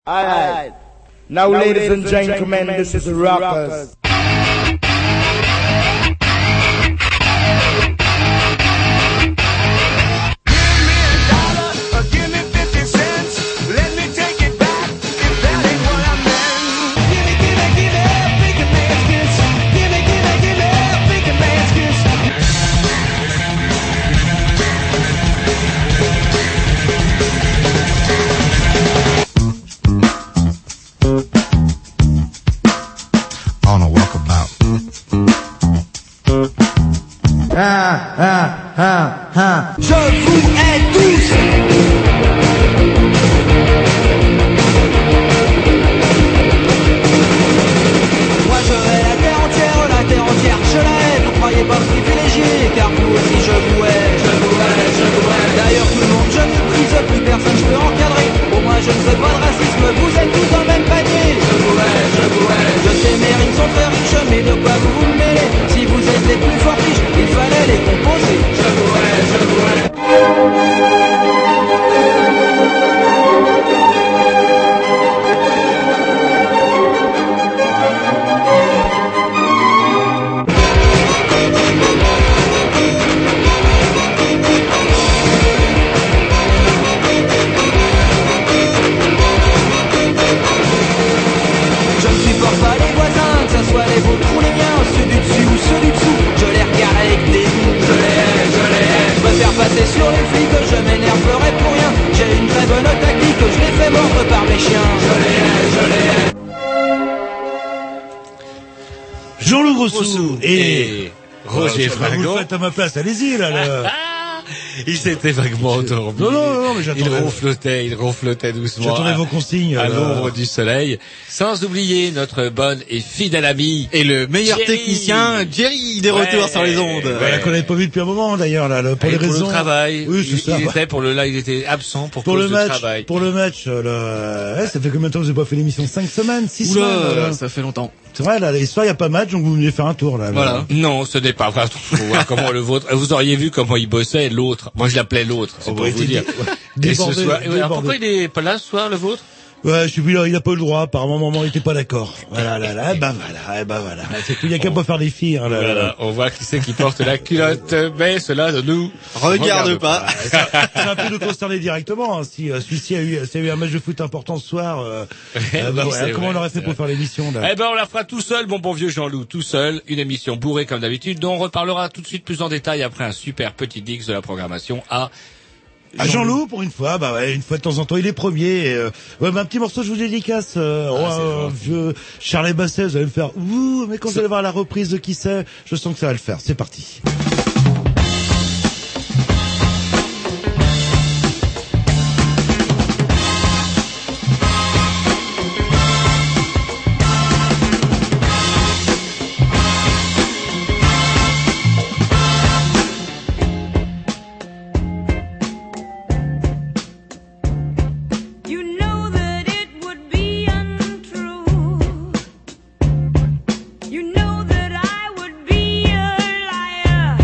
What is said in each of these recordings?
Alright. Now, ladies and gentlemen, this is the Rockers. Je vous hais tous. Moi je hais la terre entière, je la hais. Vous croyez pas privilégié, car vous aussi je vous hais, je vous hais, je vous hais. D'ailleurs tout le monde je méprise, plus personne je peux encadrer. Au moins je ne fais pas de racisme, vous êtes tous dans le même panier. Je vous hais, je vous hais. Je sais mes rimes sont très riches, mais de quoi vous vous mêlez? Si vous êtes les plus forts riches, il fallait les composer. Je vous hais, je vous hais. Soit les vôtres ou les miens, ceux du dessus ou ceux du dessous, je les regarde avec dégoût, je les hais, je les hais. Je préfère passer sur les flics, je m'énerverai pour rien. J'ai une très bonne tactique, je les fais mordre par mes chiens. Je les hais, je les hais. Jean-Loup Grossou et Roger Fringot. Vous le faites à ma place, allez-y là. Il s'était vaguement endormi. Non, mais j'attendais. Il ronflotait doucement. J'attendais vos consignes. À l'ombre du soleil. Sans oublier notre bonne et fidèle ami. Et le meilleur Jerry. Technicien, Jerry, des retours sur les ondes. Ouais, qu'on n'avait pas vu depuis un moment d'ailleurs, là, pour les raisons. Pour le travail. Oui, c'est ça. Il était absent pour cause de travail. Pour le match, ça fait combien de temps que vous n'avez pas fait l'émission? 5 semaines? 6 semaines? Ça fait longtemps. C'est vrai, là, l'histoire, il n'y a pas de match, donc vous venez faire un tour, là. Voilà. Non, ce n'est pas vrai. Faut voir comment le vôtre. Vous auriez vu comment il bossait, l'autre. Moi, je l'appelais l'autre. C'est pour vous dire. Et ce soir, alors pourquoi il est pas là ce soir, le vôtre? Ouais, je suis plus là, il a pas eu le droit, apparemment, maman, il était pas d'accord. Voilà, voilà. C'est tout, il y a qu'à pas faire les filles, hein, là. Voilà. On voit qui c'est qui porte la culotte, mais cela ne nous regarde pas. C'est un peu nous concerner directement, hein. Si celui-ci a eu un match de foot important ce soir, comment on aurait fait pour faire l'émission, là? Eh ben, on la fera tout seul, mon bon vieux Jean-Loup, tout seul. Une émission bourrée comme d'habitude, dont on reparlera tout de suite plus en détail après un super petit dix de la programmation à Jean-Loup, pour une fois, une fois de temps en temps, il est premier. Un petit morceau, je vous dédicace. Vieux Charles Basset, vous allez me faire mais quand vous allez voir la reprise de Qui c'est, je sens que ça va le faire. C'est parti. You know that I would be a liar.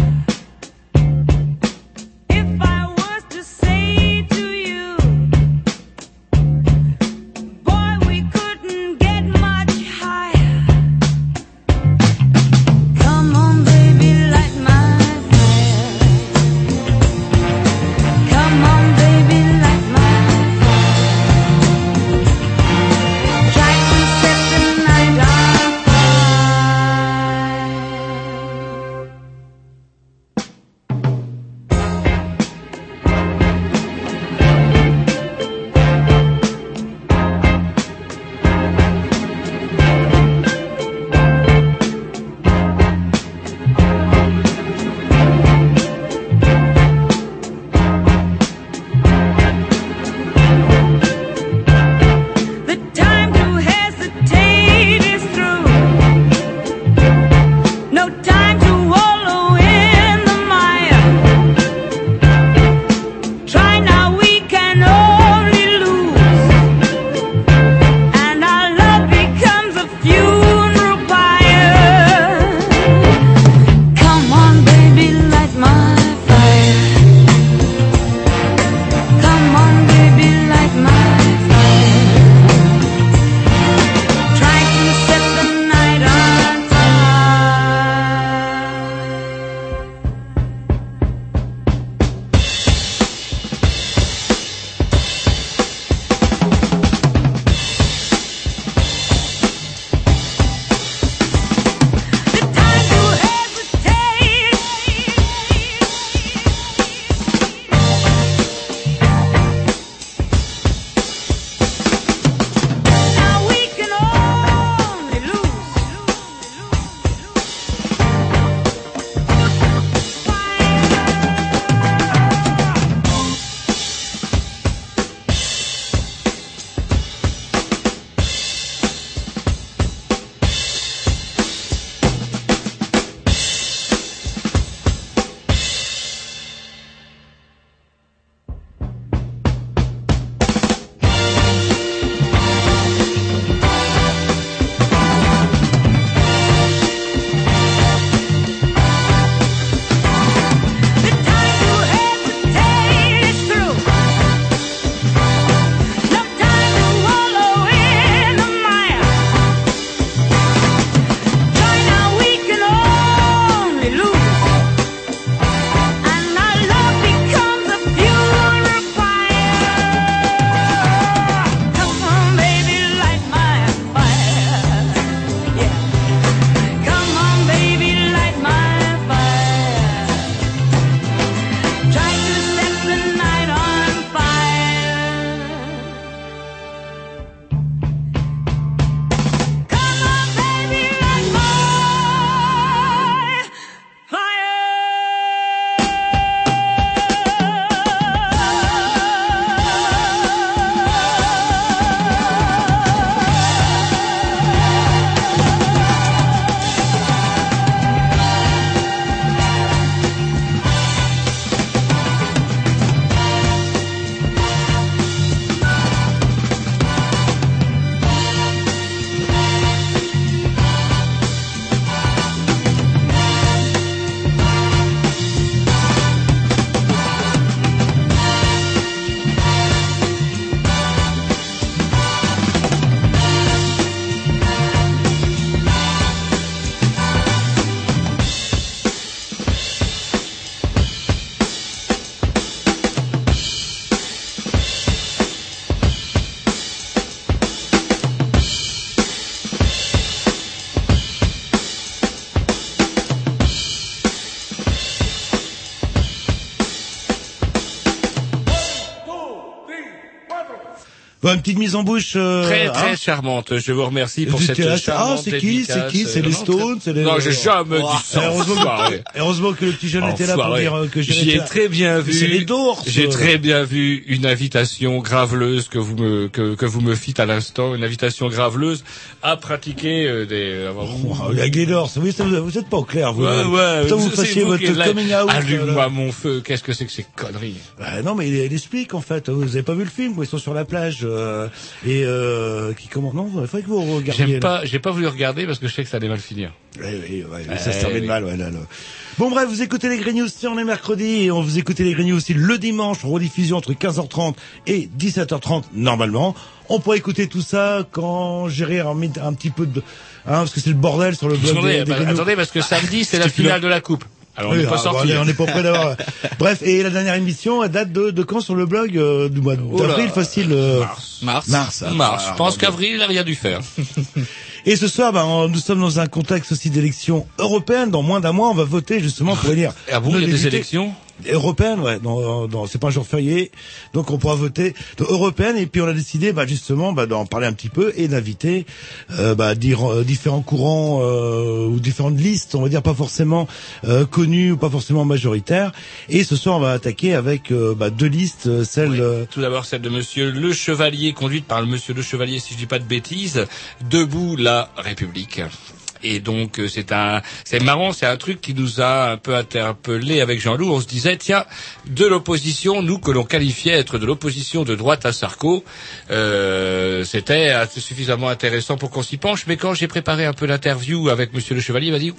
Bon, une petite mise en bouche. Très charmante. Je vous remercie pour cette charmante c'est qui? C'est les Stones, c'est les... Non, j'ai jamais dit ça. Heureusement que le petit jeune était là pour dire que j'ai très bien vu. C'est les Doors. J'ai très bien vu une invitation graveleuse que vous me fîtes à l'instant, une invitation graveleuse à pratiquer la Gaydors. Oui, vous êtes pas au clair, vous. Ouais. Vous fassiez votre coming out. Allume-moi mon feu. Qu'est-ce que c'est que ces conneries? Non, mais il explique, en fait. Vous avez pas vu le film, où ils sont sur la plage, qui comment, non, il faudrait que vous regardiez. J'ai pas voulu regarder parce que je sais que ça allait mal finir. Oui, ça se termine mal, là. Bon, bref, vous écoutez les Green News, on est mercredi, et on vous écoutez les Green News aussi le dimanche, rediffusion entre 15h30 et 17h30, normalement. On pourra écouter tout ça quand j'irai un petit peu de, parce que c'est le bordel sur le blog des Green News. Attendez, parce que samedi, c'est la finale de la coupe. Alors, on n'est pas sorti. On n'est pas prêt d'avoir. Bref, et la dernière émission, elle date de quand sur le blog du mois d'avril, facile. Mars. Je pense qu'avril, il a rien dû faire. Et ce soir, nous sommes dans un contexte aussi d'élections européennes. Dans moins d'un mois, on va voter justement pour élire. Ah bon, il y a des élections européenne, ouais, c'est pas un jour férié, donc on pourra voter européenne, et puis on a décidé justement d'en parler un petit peu et d'inviter différents courants ou différentes listes, on va dire pas forcément connues ou pas forcément majoritaires. Et ce soir on va attaquer avec deux listes, tout d'abord celle de Monsieur Le Chevalier, conduite par le Monsieur Le Chevalier, si je dis pas de bêtises, Debout la République. Et donc c'est marrant, c'est un truc qui nous a un peu interpellé avec Jean-Loup. On se disait, tiens, de l'opposition, nous que l'on qualifiait être de l'opposition de droite à Sarko, c'était suffisamment intéressant pour qu'on s'y penche. Mais quand j'ai préparé un peu l'interview avec Monsieur Le Chevalier, il m'a dit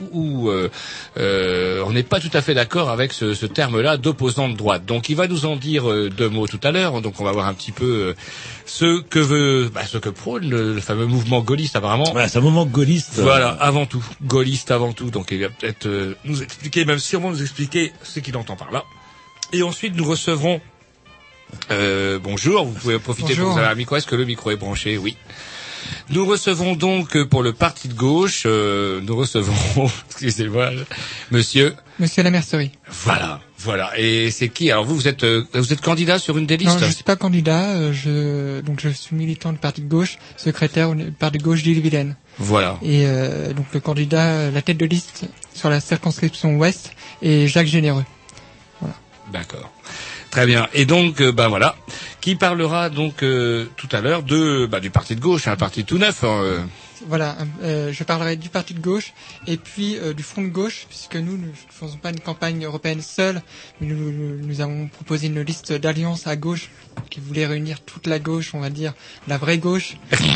on n'est pas tout à fait d'accord avec ce terme-là d'opposant de droite. Donc il va nous en dire deux mots tout à l'heure. Donc on va voir un petit peu ce que prône le fameux mouvement gaulliste apparemment. Voilà, c'est un mouvement gaulliste. Voilà, avant tout, gaulliste avant tout. Donc il va peut-être nous expliquer, même sûrement nous expliquer ce qu'il entend par là. Et ensuite nous recevrons. Bonjour, vous pouvez profiter pour vous avez un micro. Est-ce que le micro est branché? Oui. Nous recevons donc pour le parti de gauche, excusez-moi, Monsieur Lamercerie. Voilà. Et c'est qui? Alors vous êtes candidat sur une des listes? Non, je suis pas candidat. Je suis militant du parti de gauche, secrétaire du parti de gauche d'Ille-et-Vilaine. Voilà. Et donc le candidat, la tête de liste sur la circonscription ouest est Jacques Généreux. Voilà. D'accord. Très bien. Et donc, voilà, qui parlera donc tout à l'heure du parti de gauche, un parti tout neuf. Voilà, je parlerai du parti de gauche et puis du front de gauche, puisque nous ne faisons pas une campagne européenne seule, mais nous avons proposé une liste d'alliances à gauche qui voulait réunir toute la gauche, on va dire la vraie gauche.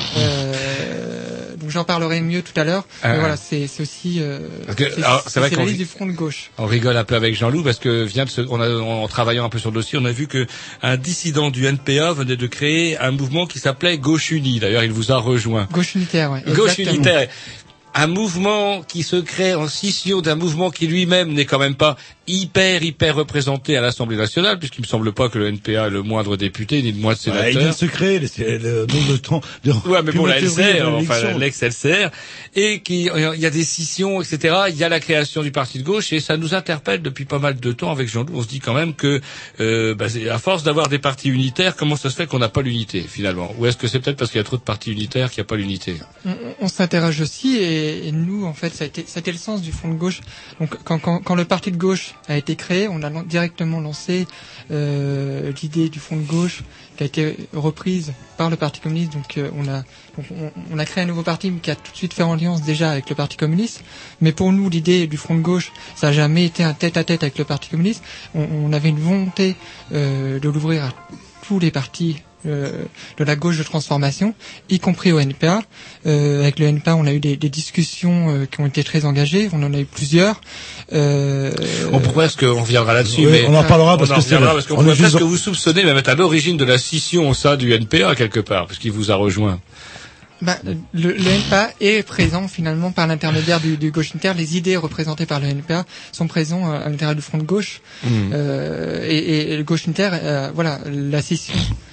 Donc j'en parlerai mieux tout à l'heure. Mais voilà, c'est aussi c'est la liste du front de gauche. On rigole un peu avec Jean-Loup parce que en travaillant un peu sur le dossier, on a vu que un dissident du NPA venait de créer un mouvement qui s'appelait Gauche Unie. D'ailleurs, il vous a rejoint. Gauche unitaire, ouais. Gauche unitaire. Un mouvement qui se crée en scission d'un mouvement qui lui-même n'est quand même pas hyper représenté à l'Assemblée nationale, puisqu'il me semble pas que le NPA ait le moindre député, ni le moindre sénateur. Il vient de se créer, le nombre de temps de... Ouais, mais bon, la LCR, enfin, l'ex-LCR, et il y a des scissions, etc. Il y a la création du parti de gauche, et ça nous interpelle depuis pas mal de temps avec Jean-Loup. On se dit quand même que, à force d'avoir des partis unitaires, comment ça se fait qu'on n'a pas l'unité, finalement? Ou est-ce que c'est peut-être parce qu'il y a trop de partis unitaires qu'il n'y a pas l'unité? On s'interroge aussi, et nous, en fait, ça a été le sens du front de gauche. Donc, quand le parti de gauche a été créé, on a directement lancé l'idée du front de gauche qui a été reprise par le Parti communiste. Donc, on a créé un nouveau parti qui a tout de suite fait alliance déjà avec le Parti communiste. Mais pour nous, l'idée du front de gauche, ça n'a jamais été un tête-à-tête avec le Parti communiste. On avait une volonté de l'ouvrir à tous les partis de la gauche de transformation, y compris au NPA. Avec le NPA, on a eu des discussions qui ont été très engagées. On en a eu plusieurs. On pourrait, est-ce qu'on reviendra là-dessus, mais on en parlera parce qu'on pourrait presque vous soupçonner même être à l'origine de la scission au sein du NPA quelque part, parce qu'il vous a rejoint. Le NPA est présent finalement par l'intermédiaire du gauche unitaire. Les idées représentées par le NPA sont présentes à l'intérieur du front de gauche. Et le gauche unitaire, la scission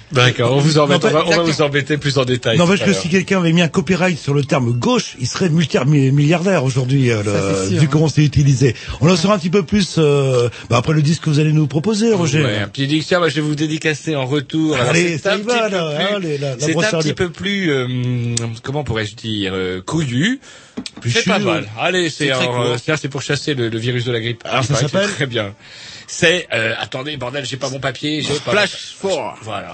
D'accord, on vous embête, Non, on va vous embêter plus en détail. Non, parce que si quelqu'un avait mis un copyright sur le terme gauche, il serait multimilliardaire aujourd'hui, vu comment c'est utilisé. On en saura un petit peu plus après le disque que vous allez nous proposer, Roger. Ouais, un petit dictionnaire, je vais vous dédicacer en retour. Alors, allez, c'est un petit peu plus, comment pourrais-je dire, couillu. C'est pas mal. Allez, c'est pour chasser le virus de la grippe. Alors ça s'appelle très bien. C'est attendez, bordel, j'ai pas mon papier, j'ai pas. Splash 4. Voilà.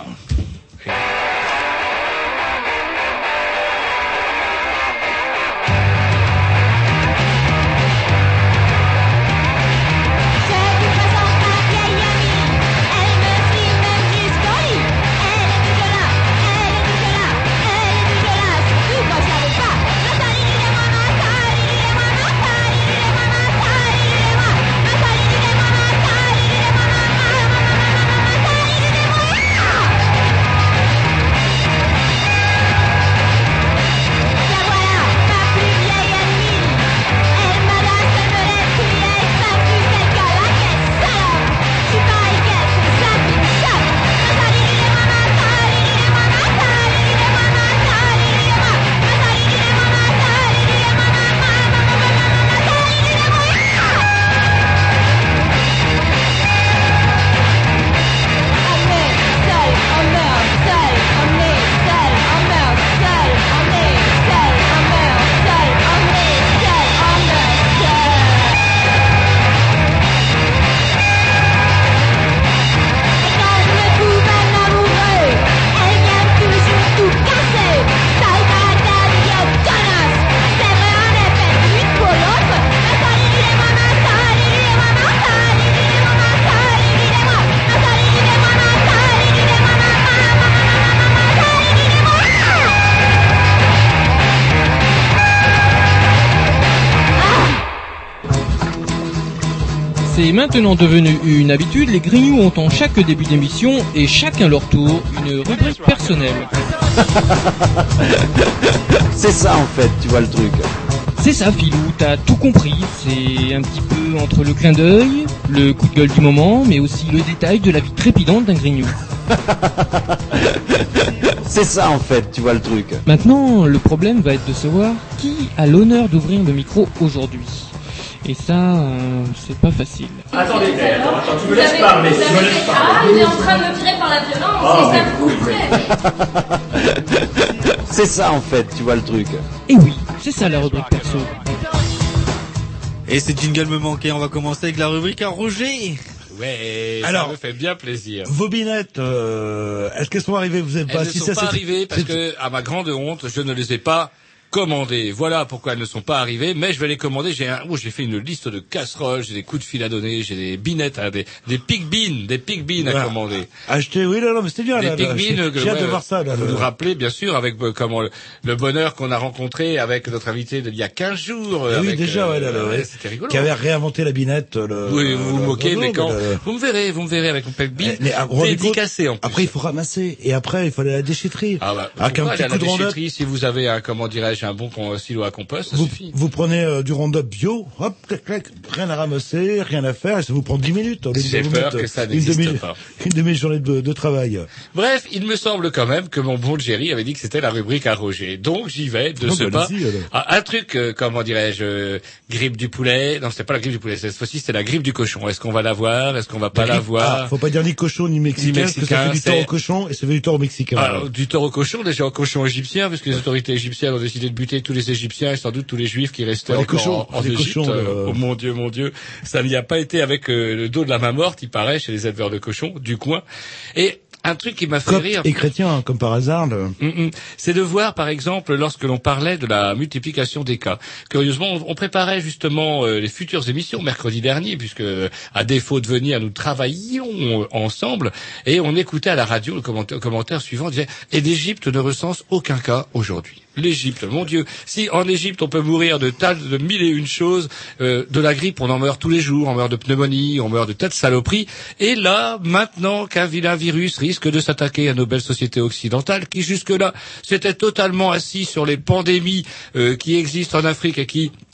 C'est maintenant devenu une habitude, les Grignoux ont en chaque début d'émission, et chacun leur tour, une rubrique personnelle. C'est ça en fait, tu vois le truc. C'est ça Philou, t'as tout compris, c'est un petit peu entre le clin d'œil, le coup de gueule du moment, mais aussi le détail de la vie trépidante d'un Grignou. C'est ça en fait, tu vois le truc. Maintenant, le problème va être de savoir qui a l'honneur d'ouvrir le micro aujourd'hui. Et ça, c'est pas facile. Attendez, tu me laisses parler. Ah, il est en train de me tirer par la violence, c'est ça vous plaît. C'est ça en fait, tu vois le truc. Et oui, c'est ça la rubrique perso. Et ce jingle me manquait, on va commencer avec la rubrique à Roger. Ouais, alors, ça me fait bien plaisir. Vos binettes, est-ce qu'elles sont arrivées? Vous avez pas Elles ne sont pas arrivées parce que, à ma grande honte, je ne les ai pas commandées. Voilà pourquoi elles ne sont pas arrivées, mais je vais les commander. J'ai fait une liste de casseroles, j'ai des coups de fil à donner, j'ai des binettes, des pig beans à commander. Acheter, oui, non, mais c'était bien, des là. Pig beans, j'ai hâte de voir ça, là. Vous nous rappelez, bien sûr, avec, comment, le bonheur qu'on a rencontré avec notre invité d'il y a 15 jours. Oui, avec, déjà, ouais. C'était rigolo. Qui avait réinventé la binette, oui, vous vous moquez, mais quand, vous me verrez avec mon pig bean, dédicacé, en plus. Après, il faut ramasser, et après, il faut aller à la déchetterie. Ah bah, avec un petit coup de Roundup. Si vous avez un, comment dirais-je, un bon silo à compost, ça suffit. Vous prenez du Roundup bio, hop, clac, rien à ramasser, rien à faire, et ça vous prend 10 minutes. J'ai peur que ça n'existe pas. Une demi-journée de travail. Bref, il me semble quand même que mon bon Jerry avait dit que c'était la rubrique à Roger. Donc, j'y vais de ce pas. Un truc, comment dirais-je, grippe du poulet. Non, c'était pas la grippe du poulet. Cette fois-ci, c'était la grippe du cochon. Est-ce qu'on va la voir? Est-ce qu'on va pas la voir? Faut pas dire ni cochon ni mexicain, parce que ça fait du tort au cochon et ça fait du tort au mexicain. Alors, du tort au cochon, déjà au cochon égyptien, parce que les autorités égyptiennes ont décidé de buter tous les Égyptiens et sans doute tous les Juifs qui restaient encore en Égypte. Oh mon Dieu, ça n'y a pas été avec le dos de la main morte, il paraît, chez les éleveurs de cochons du coin. Et un truc qui m'a fait rire. Et chrétien, comme par hasard. C'est de voir, par exemple, lorsque l'on parlait de la multiplication des cas. Curieusement, on préparait justement les futures émissions mercredi dernier, puisque à défaut de venir, nous travaillions ensemble, et on écoutait à la radio le commentaire suivant disait « Et l'Égypte ne recense aucun cas aujourd'hui ». L'Égypte, mon Dieu, si en Égypte on peut mourir de mille et une choses, de la grippe on en meurt tous les jours, on meurt de pneumonie, on meurt de tas de saloperies, et là, maintenant qu'un vilain virus risque de s'attaquer à nos belles sociétés occidentales, qui jusque-là s'étaient totalement assis sur les pandémies qui existent en Afrique et qui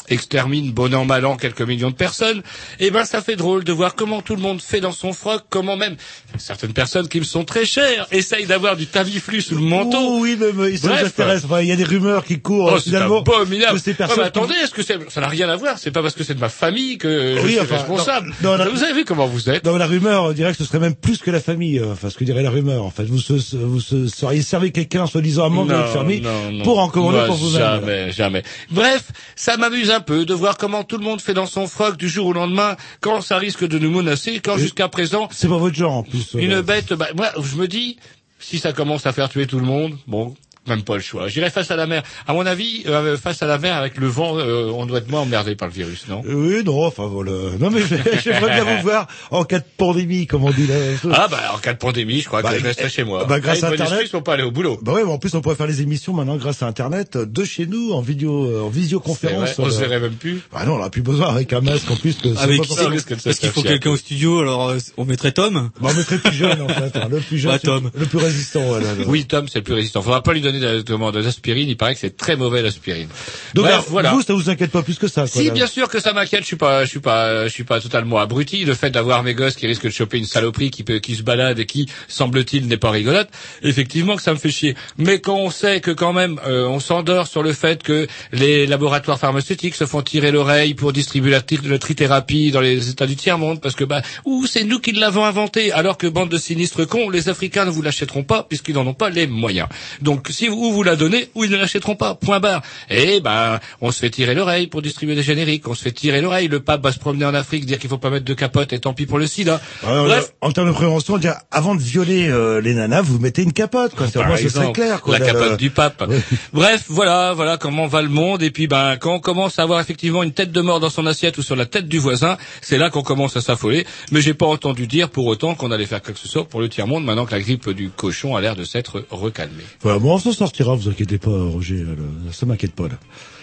extermine bon an mal an quelques millions de personnes, eh ben ça fait drôle de voir comment tout le monde fait dans son froc, comment même certaines personnes qui me sont très chères essayent d'avoir du Tamiflu sous le manteau. Oh, oui, mais ça nous intéresse. Enfin, il y a des rumeurs qui courent finalement. C'est abominable. Que ces personnes mais attendez, est-ce que ça n'a rien à voir? C'est pas parce que c'est de ma famille que je suis responsable. Non, vous avez vu comment vous êtes? Non, la rumeur dirait que ce serait même plus que la famille. Enfin, ce que dirait la rumeur. En fait, vous seriez servi quelqu'un soi-disant amant de votre famille pour en commander pour vous-même. Jamais. Bref, ça m'amuse un peu de voir comment tout le monde fait dans son froc du jour au lendemain quand ça risque de nous menacer, quand jusqu'à présent... C'est pas votre genre, en plus. Une bête, moi, je me dis, si ça commence à faire tuer tout le monde, bon... Même pas le choix. J'irai face à la mer. À mon avis, face à la mer, avec le vent, on doit être moins emmerdé par le virus, non? Oui, non, enfin voilà. Non, mais j'aimerais bien vous voir en cas de pandémie, comme on dit là. Ah, en cas de pandémie, je crois que je resterai chez moi. Grâce à Internet. Ils sont pas aller au boulot. Ouais, en plus, on pourrait faire les émissions maintenant grâce à Internet, de chez nous, en visioconférence. On se verrait même plus. Non, on n'a plus besoin avec un masque, en plus. Parce qu'il faut quelqu'un au studio, alors, on mettrait Tom? On mettrait plus jeune, en fait. Le plus jeune. Tom. Le plus résistant, voilà. Oui, Tom, c'est le plus résistant. Faudra pas lui donner de l'aspirine, il paraît que c'est très mauvais l'aspirine. Donc bref, voilà. Vous, ça vous inquiète pas plus que ça, quoi. Si, bien sûr que ça m'inquiète, je suis pas totalement abruti. Le fait d'avoir mes gosses qui risquent de choper une saloperie qui se balade et qui, semble-t-il, n'est pas rigolote, effectivement que ça me fait chier. Mais quand on sait que quand même, on s'endort sur le fait que les laboratoires pharmaceutiques se font tirer l'oreille pour distribuer la trithérapie dans les États du tiers-monde, parce que c'est nous qui l'avons inventé, alors que bande de sinistres cons, les Africains ne vous l'achèteront pas, puisqu'ils n'en ont pas les moyens. Donc, si vous la donnez, ou ils ne l'achèteront pas, point barre. Et on se fait tirer l'oreille pour distribuer des génériques, on se fait tirer l'oreille, le pape va se promener en Afrique, dire qu'il faut pas mettre de capote, et tant pis pour le sida. Bref. En termes de prévention, dire, avant de violer les nanas, vous mettez une capote, quoi. Moi, ce serait clair, quoi. La capote du pape. Oui. Bref, voilà comment va le monde, et puis quand on commence à avoir effectivement une tête de mort dans son assiette ou sur la tête du voisin, c'est là qu'on commence à s'affoler. Mais j'ai pas entendu dire pour autant qu'on allait faire quoi que ce soit pour le tiers-monde, maintenant que la grippe du cochon a l'air de s'être recalmée. Voilà, bon, on s'en sortira, vous inquiétez pas, Roger, ça m'inquiète pas, là.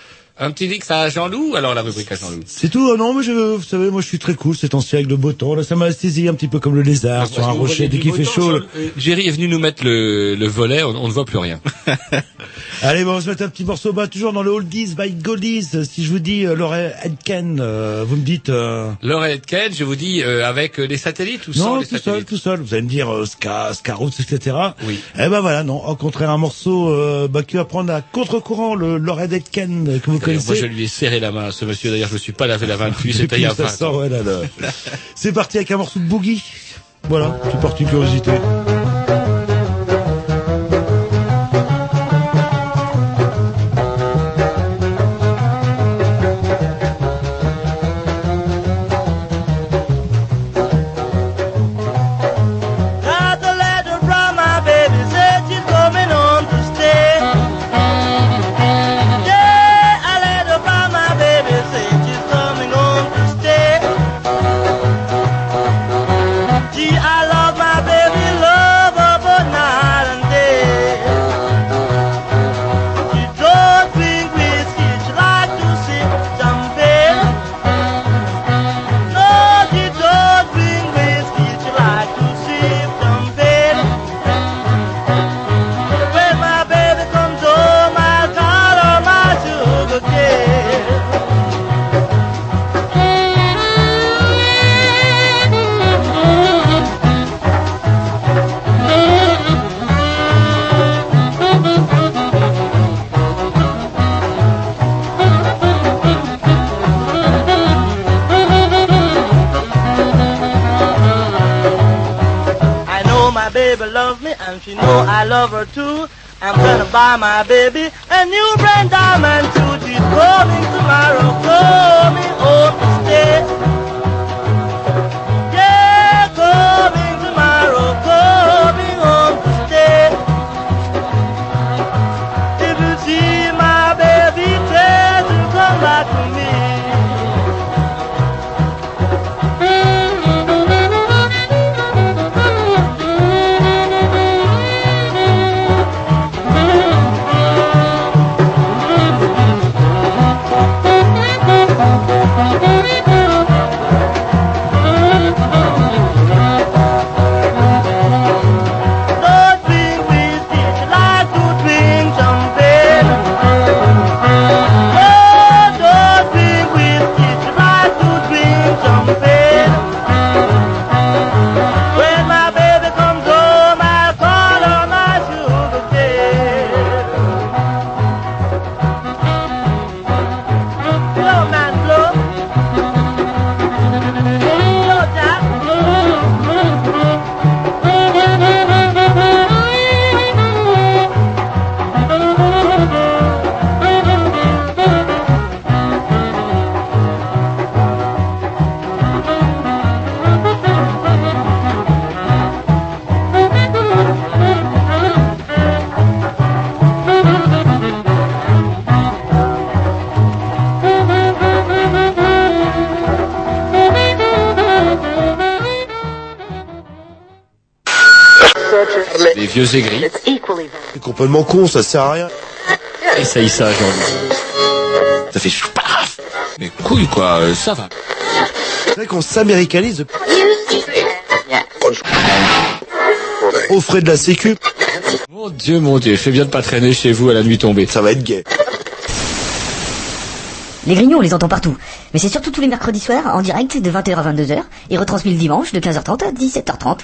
Un petit dix à Jean-Loup, alors la rubrique à Jean-Loup. C'est tout, non, mais vous savez, moi je suis très cool ces temps-ci avec le beau temps, là, ça m'a saisi un petit peu comme le lézard sur un rocher dès qu'il fait chaud. Jerry est venu nous mettre le volet, on ne voit plus rien. Allez, bon, on va se mettre un petit morceau, toujours dans le Oldies by Goldies. Si je vous dis Laurie Aitken, vous me dites... Laurie Aitken, je vous dis avec les satellites ou sans les satellites? Non, tout seul. Vous allez me dire Ska Roots, etc. Oui. Eh voilà, non. Au contraire, un morceau qui va prendre à contre-courant le Laurie Aitken que vous connaissez. Moi, je lui ai serré la main à ce monsieur. D'ailleurs, je me suis pas lavé la main depuis. C'était il y a 20 ans. C'est parti avec un morceau de Boogie. Voilà, c'est parti, curiosité. I love her too. I'm gonna buy my baby a new brand diamond too. She's coming tomorrow, coming home to stay. Yeah, coming tomorrow, coming home to stay. If you see my baby, try to come back to me. yeux aigris. C'est complètement con, ça sert à rien. Essaye ça, Jean-Loup. Ça fait choupaf. Mais couille, quoi, ça va. C'est vrai qu'on s'américanise aux frais de la sécu. Mon Dieu, fais bien de pas traîner chez vous à la nuit tombée. Ça va être gay. Les Grignoux, on les entend partout. Mais c'est surtout tous les mercredis soirs, en direct, de 20h à 22h, et retransmis le dimanche, de 15h30 à 17h30.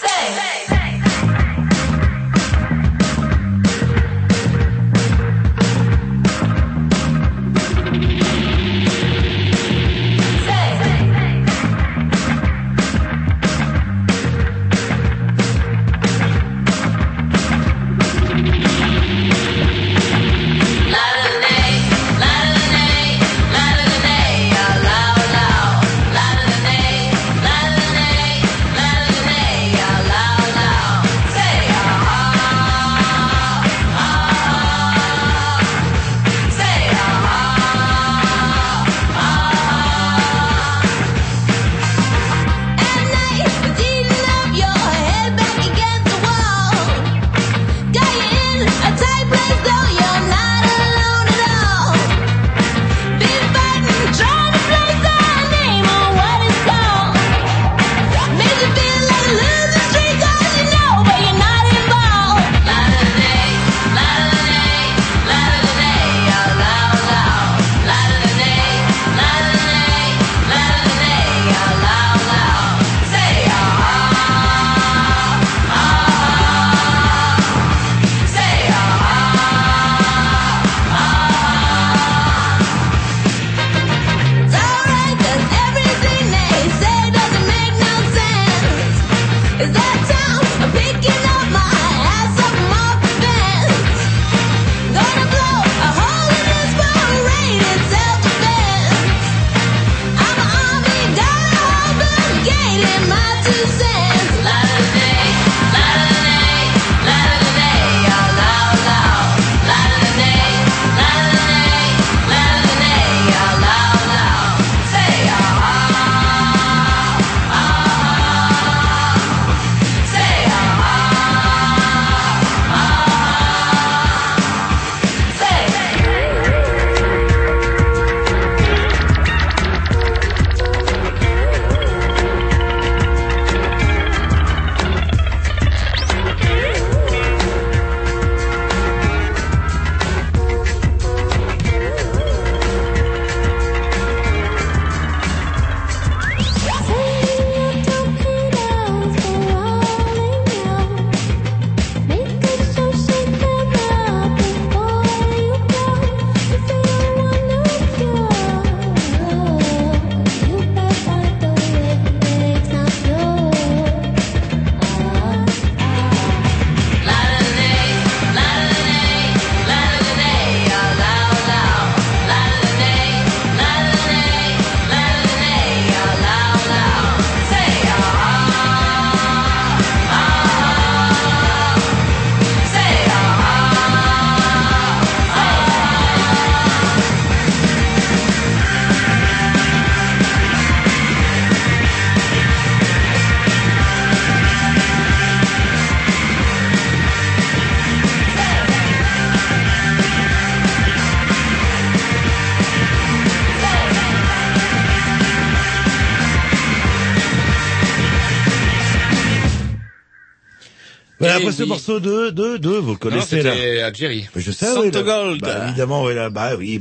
Voilà, après ce morceau de, vous le connaissez, là. C'était Algérie. Je sais, Santo oui, là. Gold. Bah, évidemment, oui, là, bah oui.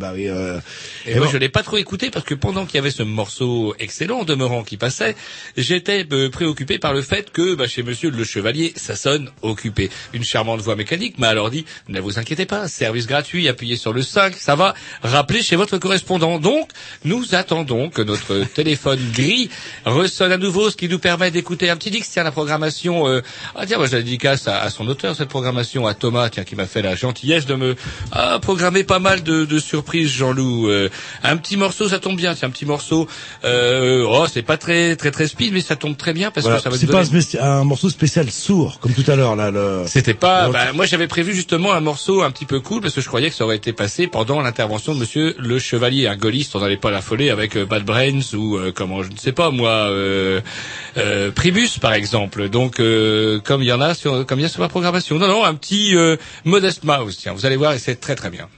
Et moi, je l'ai pas trop écouté parce que pendant qu'il y avait ce morceau excellent en demeurant qui passait, j'étais préoccupé par le fait que, chez Monsieur le Chevalier, ça sonne occupé. Une charmante voix mécanique m'a alors dit, ne vous inquiétez pas, service gratuit, appuyez sur le 5, ça va, rappelez chez votre correspondant. Donc, nous attendons que notre téléphone gris ressonne à nouveau, ce qui nous permet d'écouter un petit disque, tiens, la programmation, moi, je la dédicace à son auteur, cette programmation, à Thomas, tiens, qui m'a fait la gentillesse de me, programmer pas mal de surprises, Jean-Loup. Un petit morceau, ça tombe bien, c'est un petit morceau, c'est pas très speed, mais ça tombe très bien parce que ça va c'est pas un morceau spécial sourd, comme tout à l'heure, là, C'était pas, moi j'avais prévu justement un morceau un petit peu cool parce que je croyais que ça aurait été passé pendant l'intervention de Monsieur le Chevalier, un gaulliste, on n'allait pas l'affoler avec Bad Brains ou, je ne sais pas, moi, Primus, par exemple. Donc, comme il y en a comme il y a sur la programmation. Non, un petit Modest Mouse. Tiens, vous allez voir, et c'est très très bien.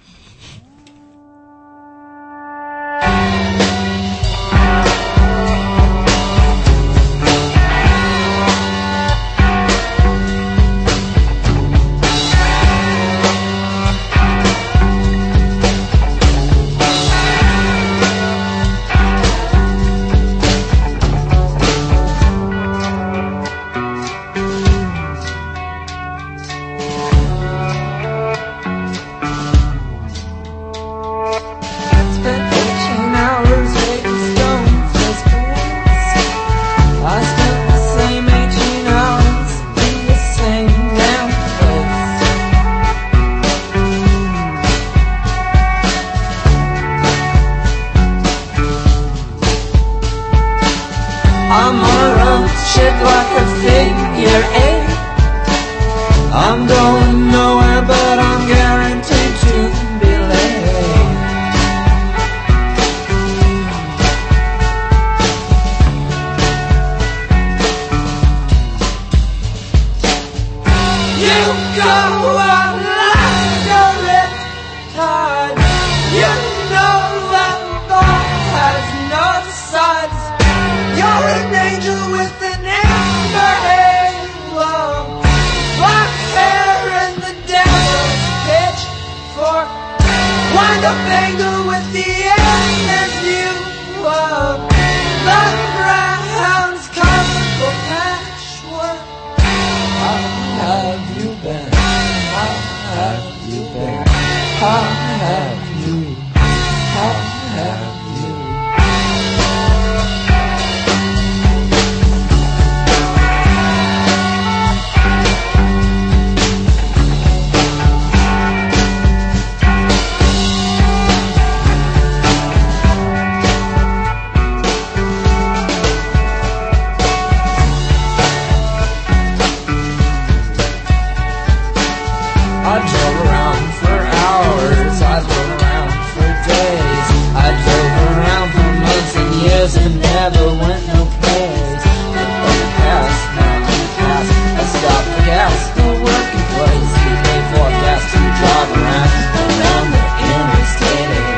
I'm on a road shaped like a figure eight. I'm going nowhere, but I'm guaranteed to be late. You go on like a riptide. You know that ball has no sides. You're an angel with an amber halo, black hair and the devil's pitchfork, wind up angle with the interview of the Brown's colorful patchwork. How have you been? How have you been? How have you? How have you? I drove around for hours, I drove around for days, I drove around for months and years and never went no place. But the past, now I'm past, I stopped for gas, no working place, you pay for gas to drive around the interstate.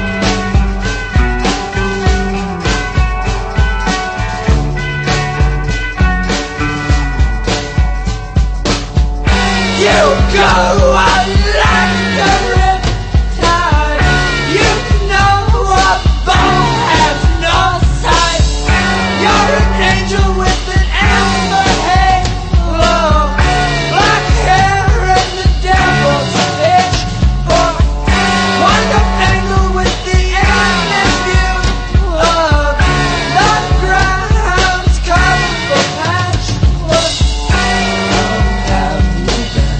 You go on like a riptide. You know a bow has no sight. You're an angel with an amber halo, black hair and the devil's pitchfork, wind up angle with the interview of the Brown's colorful patchwork. How have you been?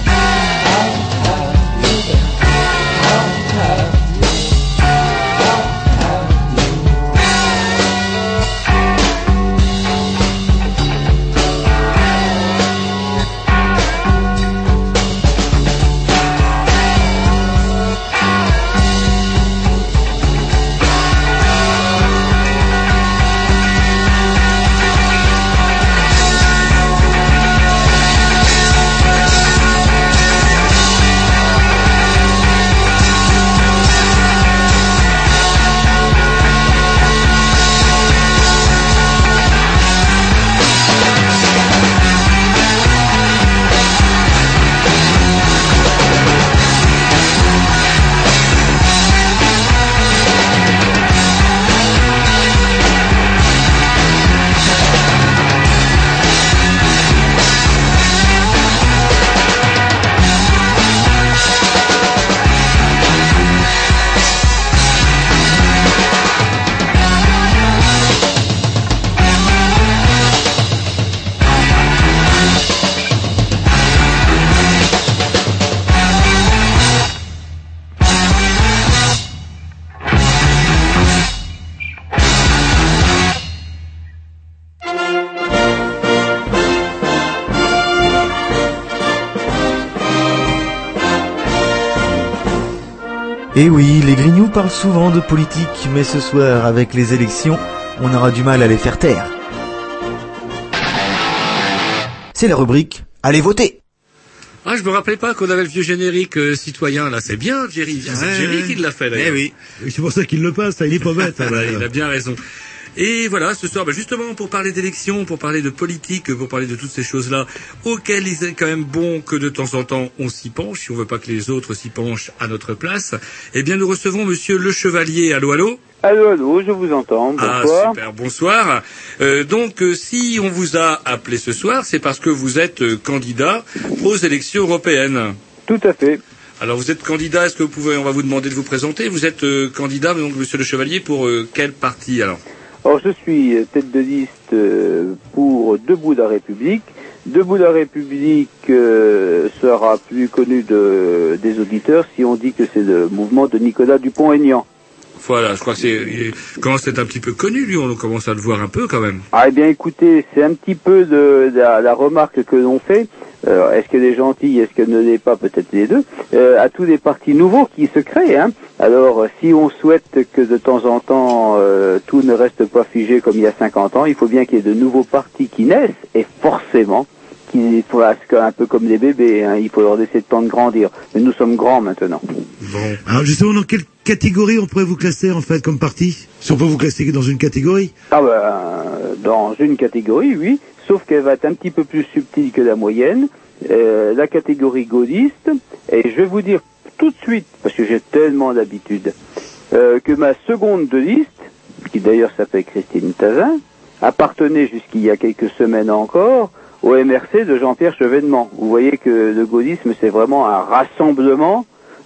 Et oui, les Grignoux parlent souvent de politique, mais ce soir, avec les élections, on aura du mal à les faire taire. C'est la rubrique « Allez voter !» Ah, je me rappelais pas qu'on avait le vieux générique citoyen, là. C'est bien, Jerry. C'est Jerry qui l'a fait, d'ailleurs. Eh oui. C'est pour ça qu'il le passe, il est pas bête. Il a bien raison. Et voilà, ce soir, justement, pour parler d'élections, pour parler de politique, pour parler de toutes ces choses-là, auxquelles il est quand même bon que de temps en temps on s'y penche, si on veut pas que les autres s'y penchent à notre place, eh bien, nous recevons Monsieur Le Chevalier. Allô, allô? Allô, je vous entends. Bonsoir. Ah, super, bonsoir. Donc, si on vous a appelé ce soir, c'est parce que vous êtes candidat aux élections européennes. Tout à fait. Alors, vous êtes candidat, est-ce que vous pouvez, on va vous demander de vous présenter. Vous êtes candidat, donc, Monsieur Le Chevalier, pour quel parti, alors? Alors, je suis tête de liste pour Debout la République. Debout la République sera plus connu des auditeurs si on dit que c'est le mouvement de Nicolas Dupont-Aignan. Voilà, je crois que il commence à être un petit peu connu, lui, on commence à le voir un peu quand même. Ah, eh bien, écoutez, c'est un petit peu la remarque que l'on fait. Est-ce qu'elle est gentille, est-ce qu'elle ne l'est pas, peut-être les deux, à tous les partis nouveaux qui se créent, hein. Alors, si on souhaite que de temps en temps, tout ne reste pas figé comme il y a 50 ans, il faut bien qu'il y ait de nouveaux partis qui naissent, et forcément, qu'il faut un peu comme les bébés, hein, il faut leur laisser le temps de grandir. Mais nous sommes grands maintenant. Bon. Alors, justement, dans quelle catégorie on pourrait vous classer, en fait, comme parti? Si on peut vous classer dans une catégorie? Ah dans une catégorie, oui. Sauf qu'elle va être un petit peu plus subtile que la moyenne, la catégorie gaulliste, et je vais vous dire tout de suite, parce que j'ai tellement d'habitude, que ma seconde de liste, qui d'ailleurs s'appelle Christine Tazin, appartenait jusqu'il y a quelques semaines encore au MRC de Jean-Pierre Chevènement. Vous voyez que le gaullisme, c'est vraiment un rassemblement.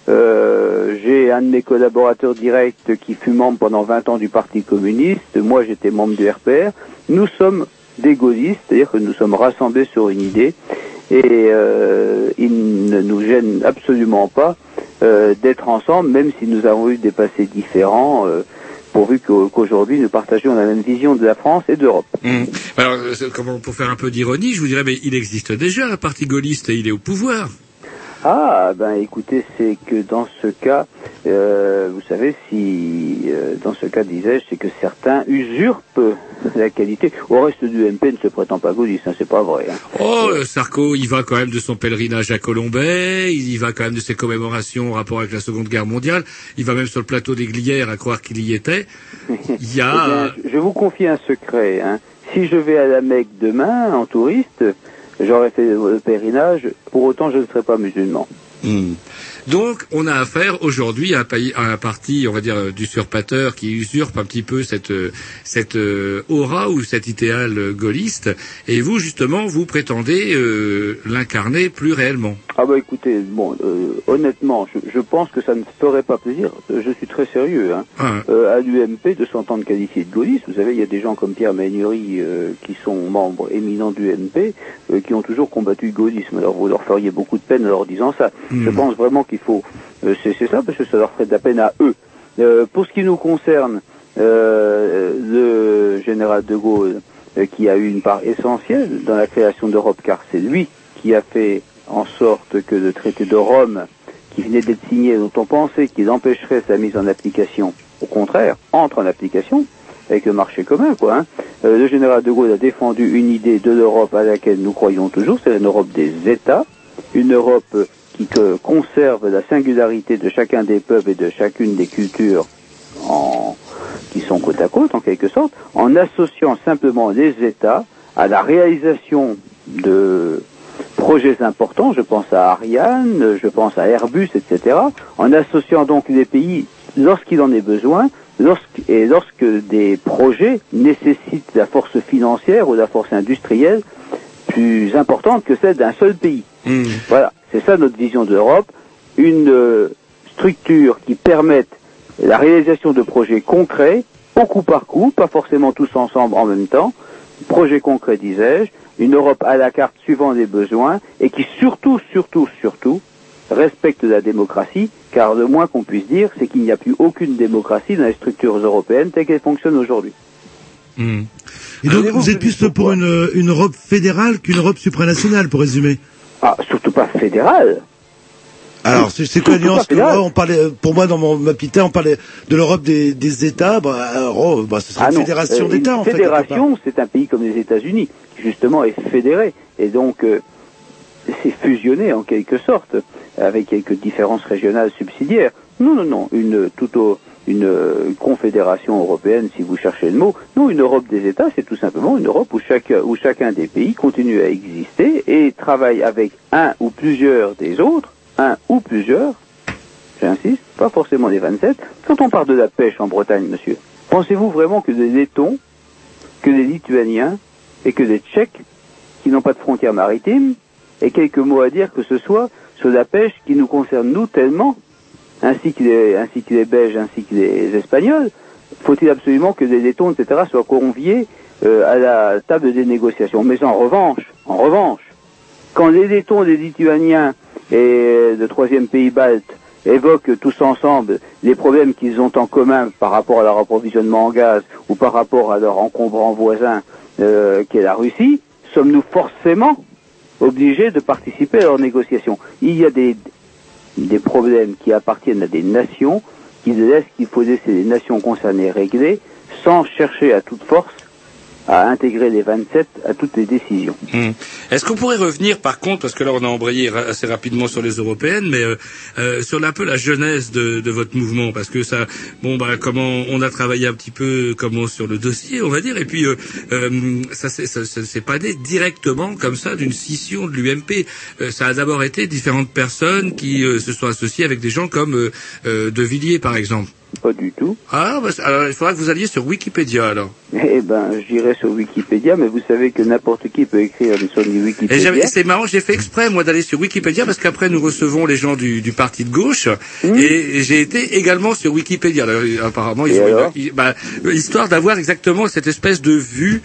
J'ai un de mes collaborateurs directs qui fut membre pendant 20 ans du Parti communiste, moi j'étais membre du RPR, nous sommes des gaullistes, c'est-à-dire que nous sommes rassemblés sur une idée, et il ne nous gêne absolument pas d'être ensemble, même si nous avons eu des passés différents, pourvu qu'aujourd'hui nous partagions la même vision de la France et d'Europe. Alors, pour faire un peu d'ironie, je vous dirais, mais il existe déjà un parti gaulliste et il est au pouvoir. Ah, écoutez, c'est que dans ce cas, vous savez, dans ce cas, disais-je, c'est que certains usurpent la qualité. Au reste du MP ne se prétend pas gaulliste, hein, c'est pas vrai. Hein. Oh, Sarko, il va quand même de son pèlerinage à Colombey, il y va quand même de ses commémorations en rapport avec la Seconde Guerre mondiale, il va même sur le plateau des Glières à croire qu'il y était. Il y a... Eh bien, je vous confie un secret, hein. Si je vais à la Mecque demain, en touriste, j'aurais fait le pèlerinage, pour autant je ne serai pas musulman. Donc, on a affaire aujourd'hui à un parti, on va dire, d'usurpateurs qui usurpe un petit peu cette aura ou cet idéal gaulliste. Et vous, justement, vous prétendez l'incarner plus réellement. Ah écoutez, honnêtement, je pense que ça ne ferait pas plaisir. Je suis très sérieux, hein. À l'UMP de s'entendre qualifier de gaulliste. Vous savez, il y a des gens comme Pierre Magnury qui sont membres éminents du UMP qui ont toujours combattu le gaullisme. Alors vous leur feriez beaucoup de peine en leur disant ça. Je pense vraiment qu'il faut... c'est ça, parce que ça leur ferait de la peine à eux. Pour ce qui nous concerne, le général de Gaulle, qui a eu une part essentielle dans la création d'Europe, car c'est lui qui a fait en sorte que le traité de Rome, qui venait d'être signé, dont on pensait qu'il empêcherait sa mise en application, au contraire, entre en application avec le marché commun, quoi. Hein. Le général de Gaulle a défendu une idée de l'Europe à laquelle nous croyons toujours, c'est une Europe des États, une Europe qui conserve la singularité de chacun des peuples et de chacune des cultures qui sont côte à côte, en quelque sorte, en associant simplement les États à la réalisation de projets importants, je pense à Ariane, je pense à Airbus, etc., en associant donc les pays lorsqu'il en est besoin, lorsque des projets nécessitent la force financière ou la force industrielle plus importante que celle d'un seul pays. Voilà, c'est ça notre vision de l'Europe, une structure qui permette la réalisation de projets concrets, au coup par coup, pas forcément tous ensemble en même temps, projets concrets disais-je, une Europe à la carte suivant les besoins, et qui surtout respecte la démocratie, car le moins qu'on puisse dire, c'est qu'il n'y a plus aucune démocratie dans les structures européennes telles qu'elles fonctionnent aujourd'hui. Et donc vous êtes plus pour une Europe fédérale qu'une Europe supranationale, pour résumer? Ah, surtout pas fédérale. Alors, c'est quoi la nuance? On parlait, pour moi, dans ma petite on parlait de l'Europe des États, ce serait une fédération d'États, en fait. Une fédération, c'est un pays comme les États-Unis, qui justement est fédéré. Et donc, fusionné en quelque sorte, avec quelques différences régionales subsidiaires. Non, une confédération européenne, si vous cherchez le mot. Non, une Europe des États, c'est tout simplement une Europe où chacun des pays continue à exister et travaille avec un ou plusieurs des autres, j'insiste, pas forcément les 27. Quand on parle de la pêche en Bretagne, monsieur, pensez-vous vraiment que des Lettons, que des Lituaniens et que des Tchèques, qui n'ont pas de frontières maritimes, aient quelques mots à dire que ce soit sur la pêche qui nous concerne nous tellement, ainsi que les Belges, ainsi que les Espagnols? Faut-il absolument que des Lettons, etc., soient conviés à la table des négociations? Mais en revanche, quand les Lettons, les Lituaniens et le troisième pays balte évoquent tous ensemble les problèmes qu'ils ont en commun par rapport à leur approvisionnement en gaz ou par rapport à leur encombrant voisin qu'est la Russie, sommes-nous forcément obligés de participer à leurs négociations? Il y a des problèmes qui appartiennent à des nations, qu'il faut laisser les nations concernées régler sans chercher à toute force à intégrer les 27 à toutes les décisions. Est-ce qu'on pourrait revenir, par contre, parce que là on a embrayé assez rapidement sur les européennes, mais sur un peu la genèse de votre mouvement, parce que ça, comment on a travaillé un petit peu sur le dossier, on va dire, et puis ça c'est pas né directement comme ça d'une scission de l'UMP. Ça a d'abord été différentes personnes qui se sont associées avec des gens comme De Villiers, par exemple. Pas du tout. Ah, alors il faudra que vous alliez sur Wikipédia, alors. Eh ben, j'irai sur Wikipédia, mais vous savez que n'importe qui peut écrire sur Wikipédia. Et c'est marrant, j'ai fait exprès, moi, d'aller sur Wikipédia, parce qu'après, nous recevons les gens du parti de gauche, et j'ai été également sur Wikipédia. Alors, apparemment, histoire d'avoir exactement cette espèce de vue,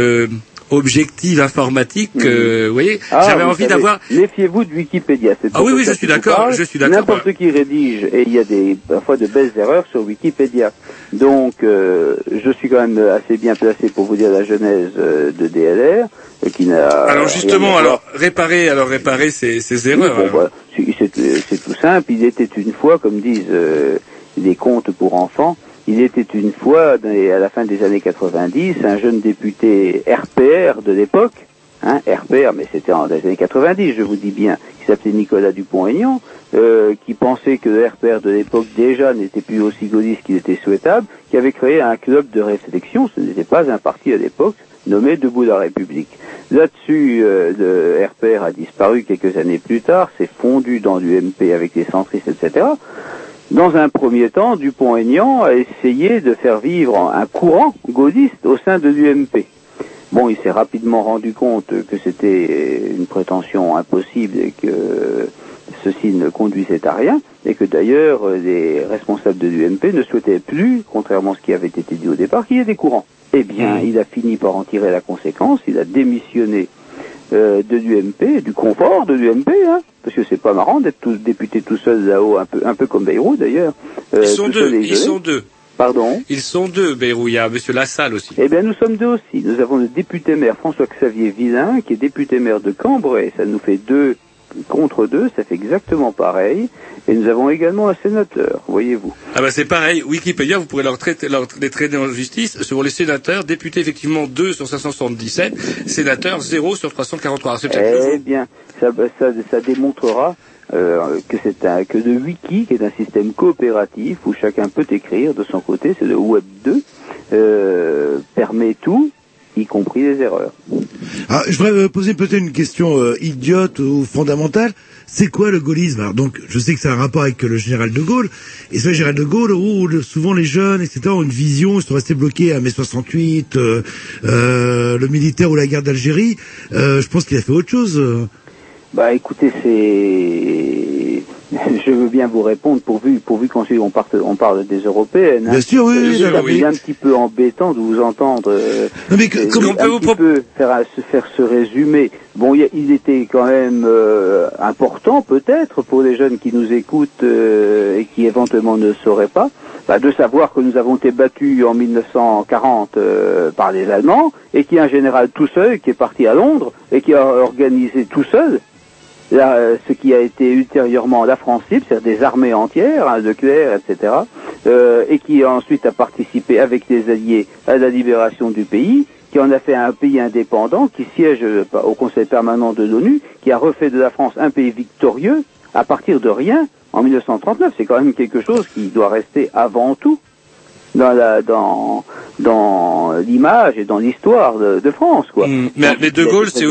objective informatique, vous voyez, j'avais envie d'avoir... Méfiez-vous de Wikipédia. Oui, je suis d'accord, N'importe qui rédige, et il y a parfois de belles erreurs sur Wikipédia. Donc, je suis quand même assez bien placé pour vous dire la genèse de DLR, qui n'a... Alors justement, réparer ces erreurs. Voilà. C'est tout simple. Il était une fois, comme disent les contes pour enfants, il était une fois, à la fin des années 90, un jeune député RPR de l'époque, RPR, mais c'était dans les années 90, je vous dis bien, qui s'appelait Nicolas Dupont-Aignan, qui pensait que le RPR de l'époque déjà n'était plus aussi gaulliste qu'il était souhaitable, qui avait créé un club de réflexion, ce n'était pas un parti à l'époque, nommé Debout la République. Là-dessus, le RPR a disparu quelques années plus tard, s'est fondu dans l'UMP avec les centristes, etc. Dans un premier temps, Dupont-Aignan a essayé de faire vivre un courant gaulliste au sein de l'UMP. Bon, il s'est rapidement rendu compte que c'était une prétention impossible et que ceci ne conduisait à rien, et que d'ailleurs les responsables de l'UMP ne souhaitaient plus, contrairement à ce qui avait été dit au départ, qu'il y ait des courants. Eh bien, il a fini par en tirer la conséquence, il a démissionné de l'UMP, du confort de l'UMP, parce que c'est pas marrant d'être tous députés tout seuls là-haut, un peu comme Bayrou d'ailleurs. Ils sont deux. Pardon? Ils sont deux, Bayrou. Il y a M. Lassalle aussi. Eh bien, nous sommes deux aussi. Nous avons le député-maire François-Xavier Villain, qui est député-maire de Cambrai. Ça nous fait 2 contre 2, ça fait exactement pareil. Et nous avons également un sénateur, voyez-vous. Ah ben c'est pareil, Wikipédia, vous pourrez les traîner en justice. Sur les sénateurs, députés effectivement 2 sur 577, sénateurs 0 sur 343. C'est peut-être eh bien, ça démontrera que le wiki, qui est un système coopératif où chacun peut écrire de son côté, c'est le Web 2, permet tout, y compris les erreurs. Ah, je voudrais poser peut-être une question idiote ou fondamentale. C'est quoi le gaullisme? Alors donc, je sais que ça a un rapport avec le général de Gaulle, et c'est le général de Gaulle où souvent les jeunes, etc., ont une vision, ils sont restés bloqués à mai 68, le militaire ou la guerre d'Algérie. Je pense qu'il a fait autre chose. Bah écoutez, je veux bien vous répondre pourvu qu'ensuite on parle des européennes. Bien sûr, oui. C'est un petit peu embêtant de vous entendre faire ce résumé. Bon, il était quand même important peut-être pour les jeunes qui nous écoutent et qui éventuellement ne sauraient pas, de savoir que nous avons été battus en 1940 par les Allemands et qu'il y a un général tout seul qui est parti à Londres et qui a organisé tout seul ce qui a été ultérieurement la France libre, c'est-à-dire des armées entières, Leclerc, etc., et qui ensuite a participé avec les Alliés à la libération du pays, qui en a fait un pays indépendant, qui siège au Conseil permanent de l'ONU, qui a refait de la France un pays victorieux à partir de rien en 1939. C'est quand même quelque chose qui doit rester avant tout dans l'image et dans l'histoire de France, quoi. Mais De Gaulle, c'est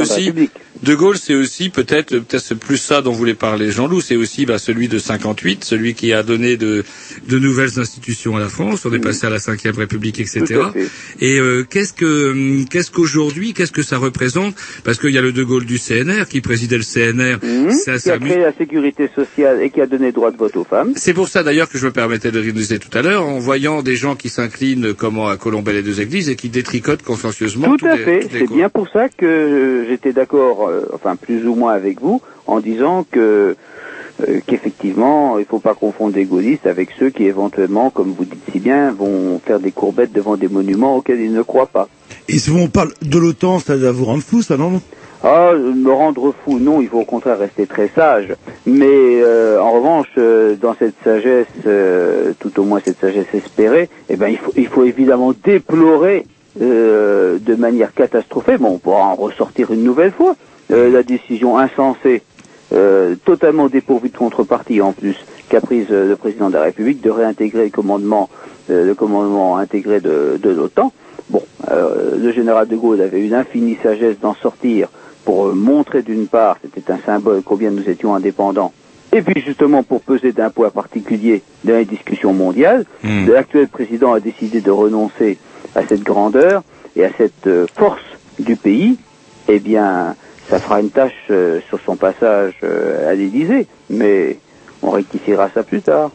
aussi peut-être c'est plus ça dont voulait parler Jean-Loup, c'est aussi celui de 58, celui qui a donné de nouvelles institutions à la France. On est passé à la 5e République, etc. Et qu'est-ce qu'aujourd'hui, qu'est-ce que ça représente? Parce qu'il y a le De Gaulle du CNR qui présidait le CNR, qui a créé la sécurité sociale et qui a donné droit de vote aux femmes. C'est pour ça d'ailleurs que je me permettais de réaliser tout à l'heure, en voyant des gens qui s'inclinent à Colombey les deux églises et qui détricotent consciencieusement. Tout à fait. C'est bien pour ça que j'étais d'accord, plus ou moins avec vous, en disant qu'effectivement, il ne faut pas confondre les gaullistes avec ceux qui éventuellement, comme vous dites si bien, vont faire des courbettes devant des monuments auxquels ils ne croient pas. Et si on parle de l'OTAN, ça va vous rendre fou, ça, non? Ah, me rendre fou, non, il faut au contraire rester très sage. Mais en revanche, dans cette sagesse, tout au moins cette sagesse espérée, il faut évidemment déplorer de manière catastrophée, on pourra en ressortir une nouvelle fois, la décision insensée, totalement dépourvue de contrepartie en plus, qu'a prise le président de la République de réintégrer le commandement intégré de l'OTAN. Le général de Gaulle avait une infinie sagesse d'en sortir pour montrer d'une part, c'était un symbole combien nous étions indépendants, et puis justement pour peser d'un poids particulier dans les discussions mondiales. L'actuel président a décidé de renoncer à cette grandeur et à cette force du pays. Eh bien, ça fera une tâche sur son passage à l'Élysée, mais on rectifiera ça plus tard.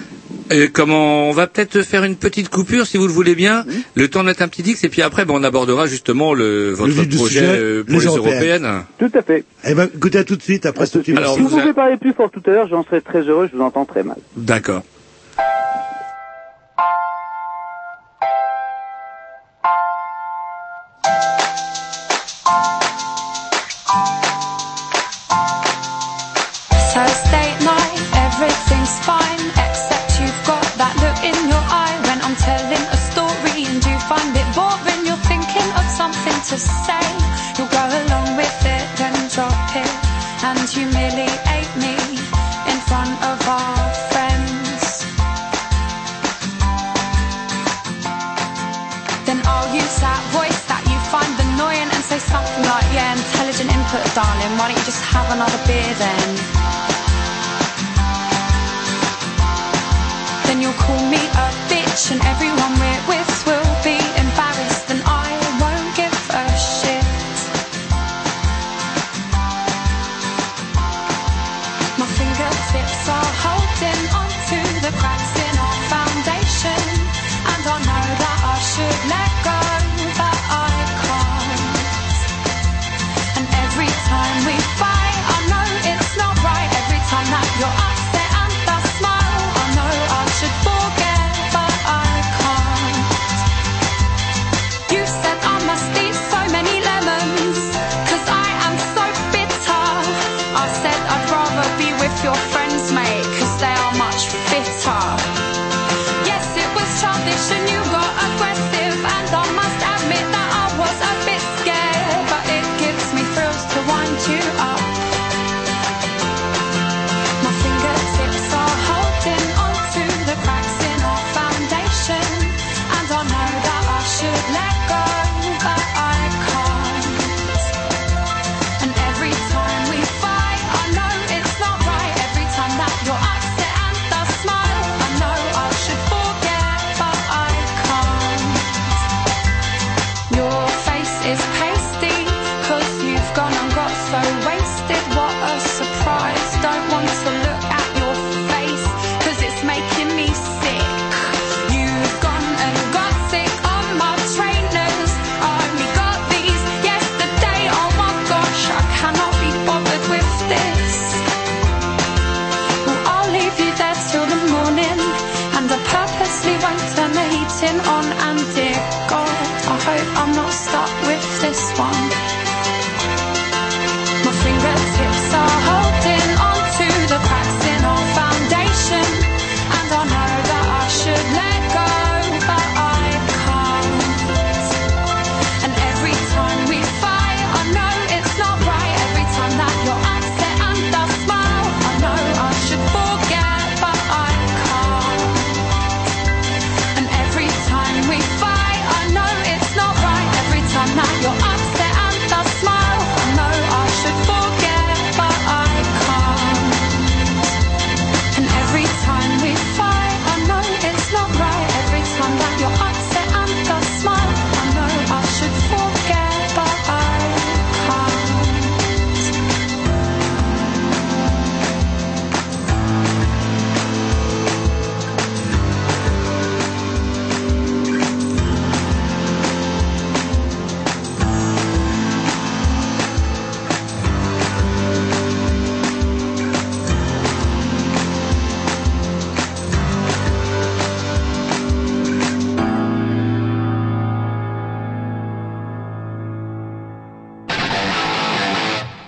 On va peut-être faire une petite coupure, si vous le voulez bien, le temps de mettre un petit X, et puis après, on abordera justement votre projet pour les Européennes. Tout à fait. Eh ben, écoutez, à tout de suite, après ce petit... Si vous pouvez parler plus fort tout à l'heure, j'en serais très heureux, je vous entends très mal. D'accord. To say you'll go along with it, then drop it and humiliate me in front of our friends. Then I'll use that voice that you find annoying and say something like, yeah, intelligent input, darling, why don't you just have another beer then? Then you'll call me a bitch and everyone we're with will be embarrassed and I won't give a shit. My fingertips are holding onto the cracks in our foundation, and I know that I should let go, but I can't. And every time we fight, I know it's not right. Every time that you're upset and I smile, I know I should forget, but I can't.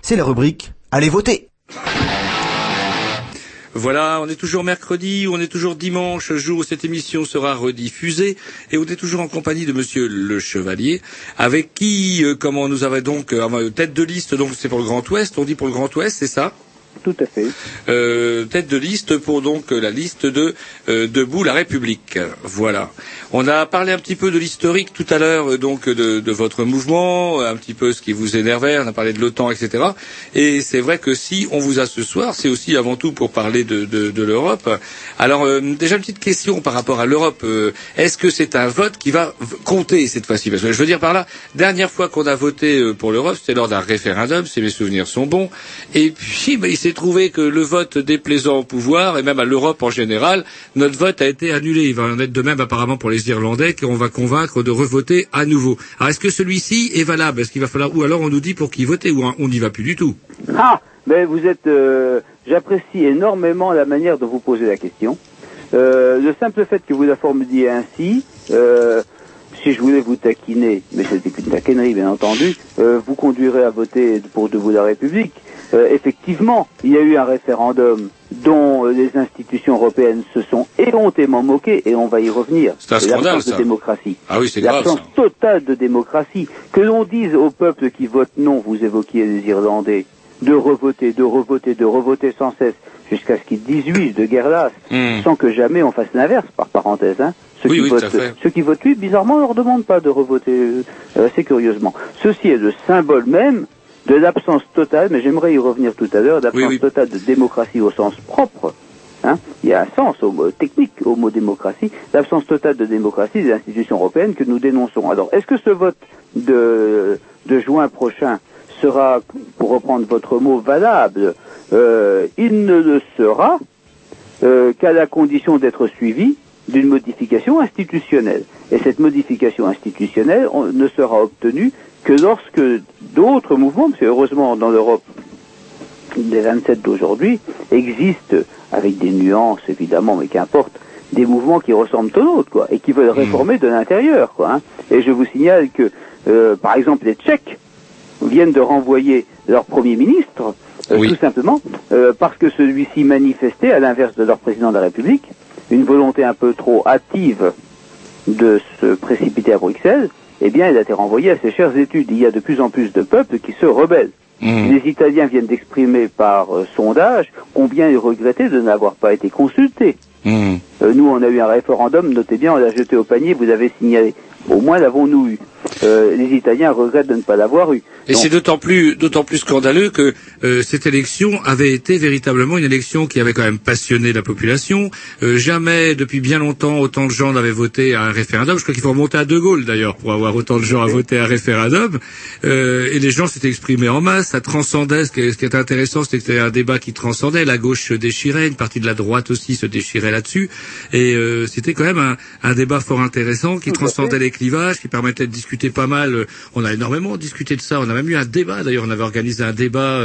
c'est la rubrique « Allez voter ». Voilà, on est toujours mercredi, on est toujours dimanche, jour où cette émission sera rediffusée, et on est toujours en compagnie de Monsieur Le Chevalier, avec qui, comment nous avons donc tête de liste, donc c'est pour le Grand Ouest, on dit pour le Grand Ouest, c'est ça ? Tout à fait. Tête de liste pour donc la liste de Debout la République. Voilà. On a parlé un petit peu de l'historique tout à l'heure, donc de votre mouvement, un petit peu ce qui vous énervait. On a parlé de l'OTAN, etc. Et c'est vrai que si on vous a ce soir, c'est aussi avant tout pour parler de l'Europe. Alors déjà une petite question par rapport à l'Europe. Est-ce que c'est un vote qui va compter cette fois-ci? Parce que je veux dire par là, dernière fois qu'on a voté pour l'Europe, c'était lors d'un référendum, si mes souvenirs sont bons. Et puis il s'est trouvé que le vote déplaisant au pouvoir, et même à l'Europe en général, notre vote a été annulé. Il va en être de même apparemment pour les Irlandais, qu'on va convaincre de revoter à nouveau. Alors est-ce que celui-ci est valable? Est-ce qu'il va falloir, ou alors on nous dit pour qui voter, ou on n'y va plus du tout? Ah, mais vous êtes, j'apprécie énormément la manière dont vous posez la question. Le simple fait que vous la formuliez ainsi, si je voulais vous taquiner, mais c'était qu'une taquinerie bien entendu, vous conduirez à voter pour Debout la République. Effectivement, il y a eu un référendum dont les institutions européennes se sont éhontément moquées, et on va y revenir. C'est un scandale, l'absence ça. de démocratie. Ah oui, c'est grave, l'absence ça. totale de démocratie. Que l'on dise au peuple qui vote non, vous évoquiez les Irlandais, de revoter sans cesse, jusqu'à ce qu'ils disent oui de guerre lasse, sans que jamais on fasse l'inverse, par parenthèse, hein. Ceux qui votent oui, bizarrement, on leur demande pas de revoter, assez curieusement. Ceci est le symbole même de l'absence totale, mais j'aimerais y revenir tout à l'heure, d'absence totale de démocratie au sens propre. Hein, il y a un sens technique au mot démocratie, l'absence totale de démocratie des institutions européennes que nous dénonçons. Alors, est-ce que ce vote de juin prochain sera, pour reprendre votre mot, valable? Il ne le sera qu'à la condition d'être suivi d'une modification institutionnelle. Et cette modification institutionnelle ne sera obtenue que lorsque d'autres mouvements, parce que heureusement dans l'Europe des 27 d'aujourd'hui, existent, avec des nuances évidemment, mais qu'importe, des mouvements qui ressemblent aux nôtres, quoi, et qui veulent réformer de l'intérieur, quoi. Hein. Et je vous signale que, par exemple, les Tchèques viennent de renvoyer leur Premier ministre, tout simplement, parce que celui-ci manifestait, à l'inverse de leur président de la République, une volonté un peu trop hâtive de se précipiter à Bruxelles. Eh bien, il a été renvoyé à ses chères études. Il y a de plus en plus de peuples qui se rebellent. Les Italiens viennent d'exprimer par sondage combien ils regrettaient de n'avoir pas été consultés. Nous, on a eu un référendum, notez bien, on l'a jeté au panier, vous avez signalé. Au moins l'avons-nous eu. Les Italiens regrettent de ne pas l'avoir eu. Et c'est d'autant plus scandaleux que cette élection avait été véritablement une élection qui avait quand même passionné la population. Jamais, depuis bien longtemps, autant de gens n'avaient voté à un référendum. Je crois qu'il faut remonter à De Gaulle, d'ailleurs, pour avoir autant de gens à voter à un référendum. Et les gens s'étaient exprimés en masse. Ça transcendait. Ce qui était intéressant, c'était que c'était un débat qui transcendait. La gauche se déchirait, une partie de la droite aussi se déchirait là-dessus. Et c'était quand même un débat fort intéressant qui transcendait les clivages, qui permettait de discuter pas mal. On a énormément discuté de ça. On a même eu un débat, d'ailleurs, on avait organisé un débat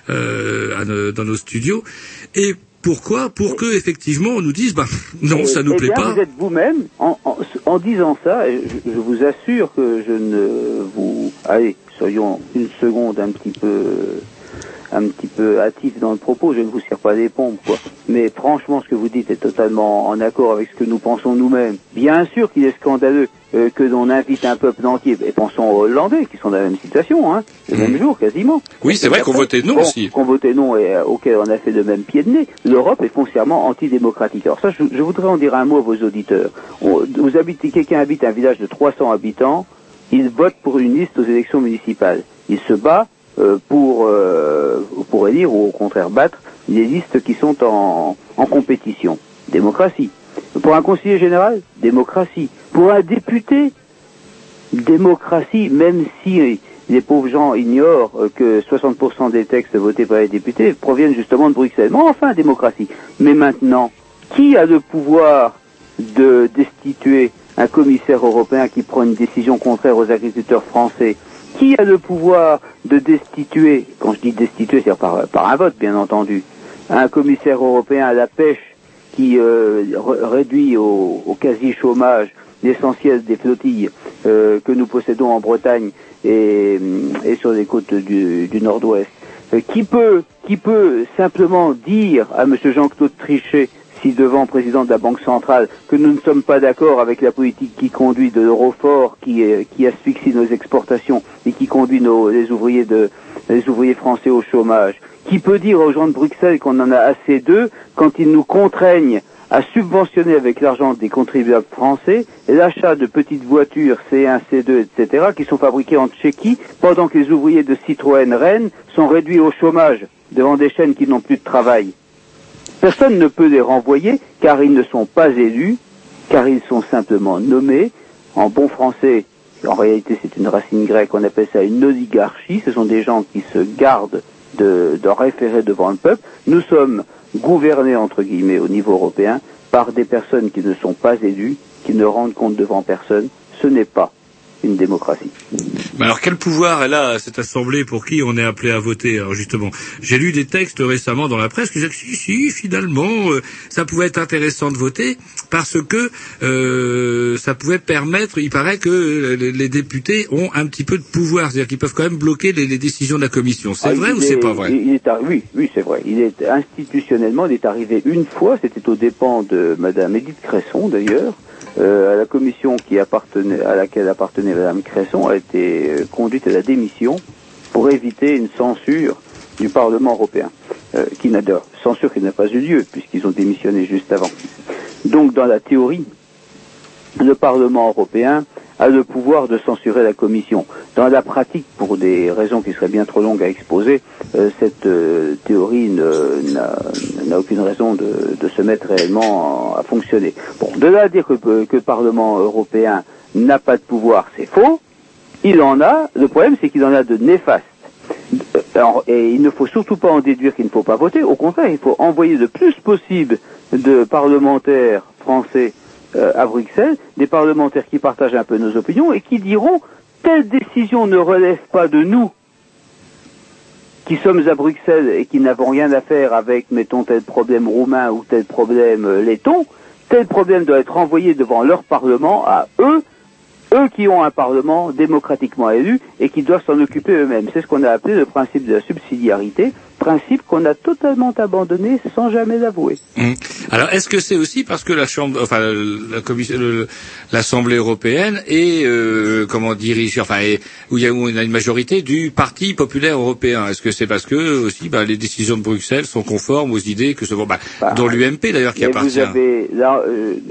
dans nos studios. Et pourquoi? Pour que, effectivement, on nous dise, non, ça nous plaît pas. Vous êtes vous-même, en disant ça, et je vous assure que je ne vous... Allez, soyons une seconde un petit peu hâtif dans le propos, je ne vous serre pas des pompes, quoi. Mais franchement, ce que vous dites est totalement en accord avec ce que nous pensons nous-mêmes. Bien sûr qu'il est scandaleux que l'on invite un peuple entier, et pensons aux Hollandais, qui sont dans la même situation, hein, le même jour, quasiment. Oui, c'est vrai qu'on votait non aussi. Qu'on votait non et auquel on a fait le même pied de nez. L'Europe est foncièrement antidémocratique. Alors ça, je voudrais en dire un mot à vos auditeurs. Quelqu'un habite un village de 300 habitants, il vote pour une liste aux élections municipales. Il se bat pour élire ou au contraire battre les listes qui sont en compétition. Démocratie. Pour un conseiller général, démocratie. Pour un député, démocratie, même si les pauvres gens ignorent que 60% des textes votés par les députés proviennent justement de Bruxelles. Mais enfin, démocratie. Mais maintenant, qui a le pouvoir de destituer un commissaire européen qui prend une décision contraire aux agriculteurs français? Qui a le pouvoir de destituer, quand je dis destituer, c'est par un vote, bien entendu, un commissaire européen à la pêche qui réduit au quasi-chômage l'essentiel des flottilles que nous possédons en Bretagne et sur les côtes du Nord-Ouest? Qui peut simplement dire à M. Jean-Claude Trichet, si devant président de la Banque centrale, que nous ne sommes pas d'accord avec la politique qui conduit de l'euro-fort, qui asphyxie nos exportations et qui conduit les ouvriers français au chômage? Qui peut dire aux gens de Bruxelles qu'on en a assez d'eux quand ils nous contraignent à subventionner avec l'argent des contribuables français l'achat de petites voitures C1, C2, etc., qui sont fabriquées en Tchéquie, pendant que les ouvriers de Citroën Rennes sont réduits au chômage devant des chaînes qui n'ont plus de travail? Personne ne peut les renvoyer, car ils ne sont pas élus, car ils sont simplement nommés. En bon français, en réalité c'est une racine grecque, on appelle ça une oligarchie. Ce sont des gens qui se gardent de référer devant le peuple. Nous sommes gouvernés, entre guillemets, au niveau européen, par des personnes qui ne sont pas élues, qui ne rendent compte devant personne. Ce n'est pas une démocratie. Mais alors quel pouvoir elle a, cette assemblée, pour qui on est appelé à voter? Alors justement, j'ai lu des textes récemment dans la presse qui disaient que si, finalement, ça pouvait être intéressant de voter parce que ça pouvait permettre, il paraît que les députés ont un petit peu de pouvoir, c'est-à-dire qu'ils peuvent quand même bloquer les décisions de la Commission. C'est vrai ou c'est pas vrai? Oui, c'est vrai. Il est institutionnellement, il est arrivé une fois, c'était aux dépens de Madame Édith Cresson d'ailleurs. À la commission à laquelle appartenait Madame Cresson a été conduite à la démission pour éviter une censure du Parlement européen, censure qui n'a pas eu lieu puisqu'ils ont démissionné juste avant. Donc dans la théorie, le Parlement européen a le pouvoir de censurer la Commission. Dans la pratique, pour des raisons qui seraient bien trop longues à exposer, cette théorie n'a aucune raison de se mettre réellement à fonctionner. Bon, de là à dire que le Parlement européen n'a pas de pouvoir, c'est faux. Il en a. Le problème, c'est qu'il en a de néfastes. Et il ne faut surtout pas en déduire qu'il ne faut pas voter. Au contraire, il faut envoyer le plus possible de parlementaires français à Bruxelles, des parlementaires qui partagent un peu nos opinions et qui diront telle décision ne relève pas de nous qui sommes à Bruxelles et qui n'avons rien à faire avec, mettons, tel problème roumain ou tel problème letton, tel problème doit être envoyé devant leur parlement à eux qui ont un parlement démocratiquement élu et qui doivent s'en occuper eux-mêmes. C'est ce qu'on a appelé le principe de la subsidiarité, principe qu'on a totalement abandonné sans jamais l'avouer. Alors, est-ce que c'est aussi parce que l'Assemblée européenne est, dirigée, où on a une majorité du Parti populaire européen? Est-ce que c'est parce que aussi, les décisions de Bruxelles sont conformes aux idées que dont l'UMP d'ailleurs qui appartient? Vous avez là,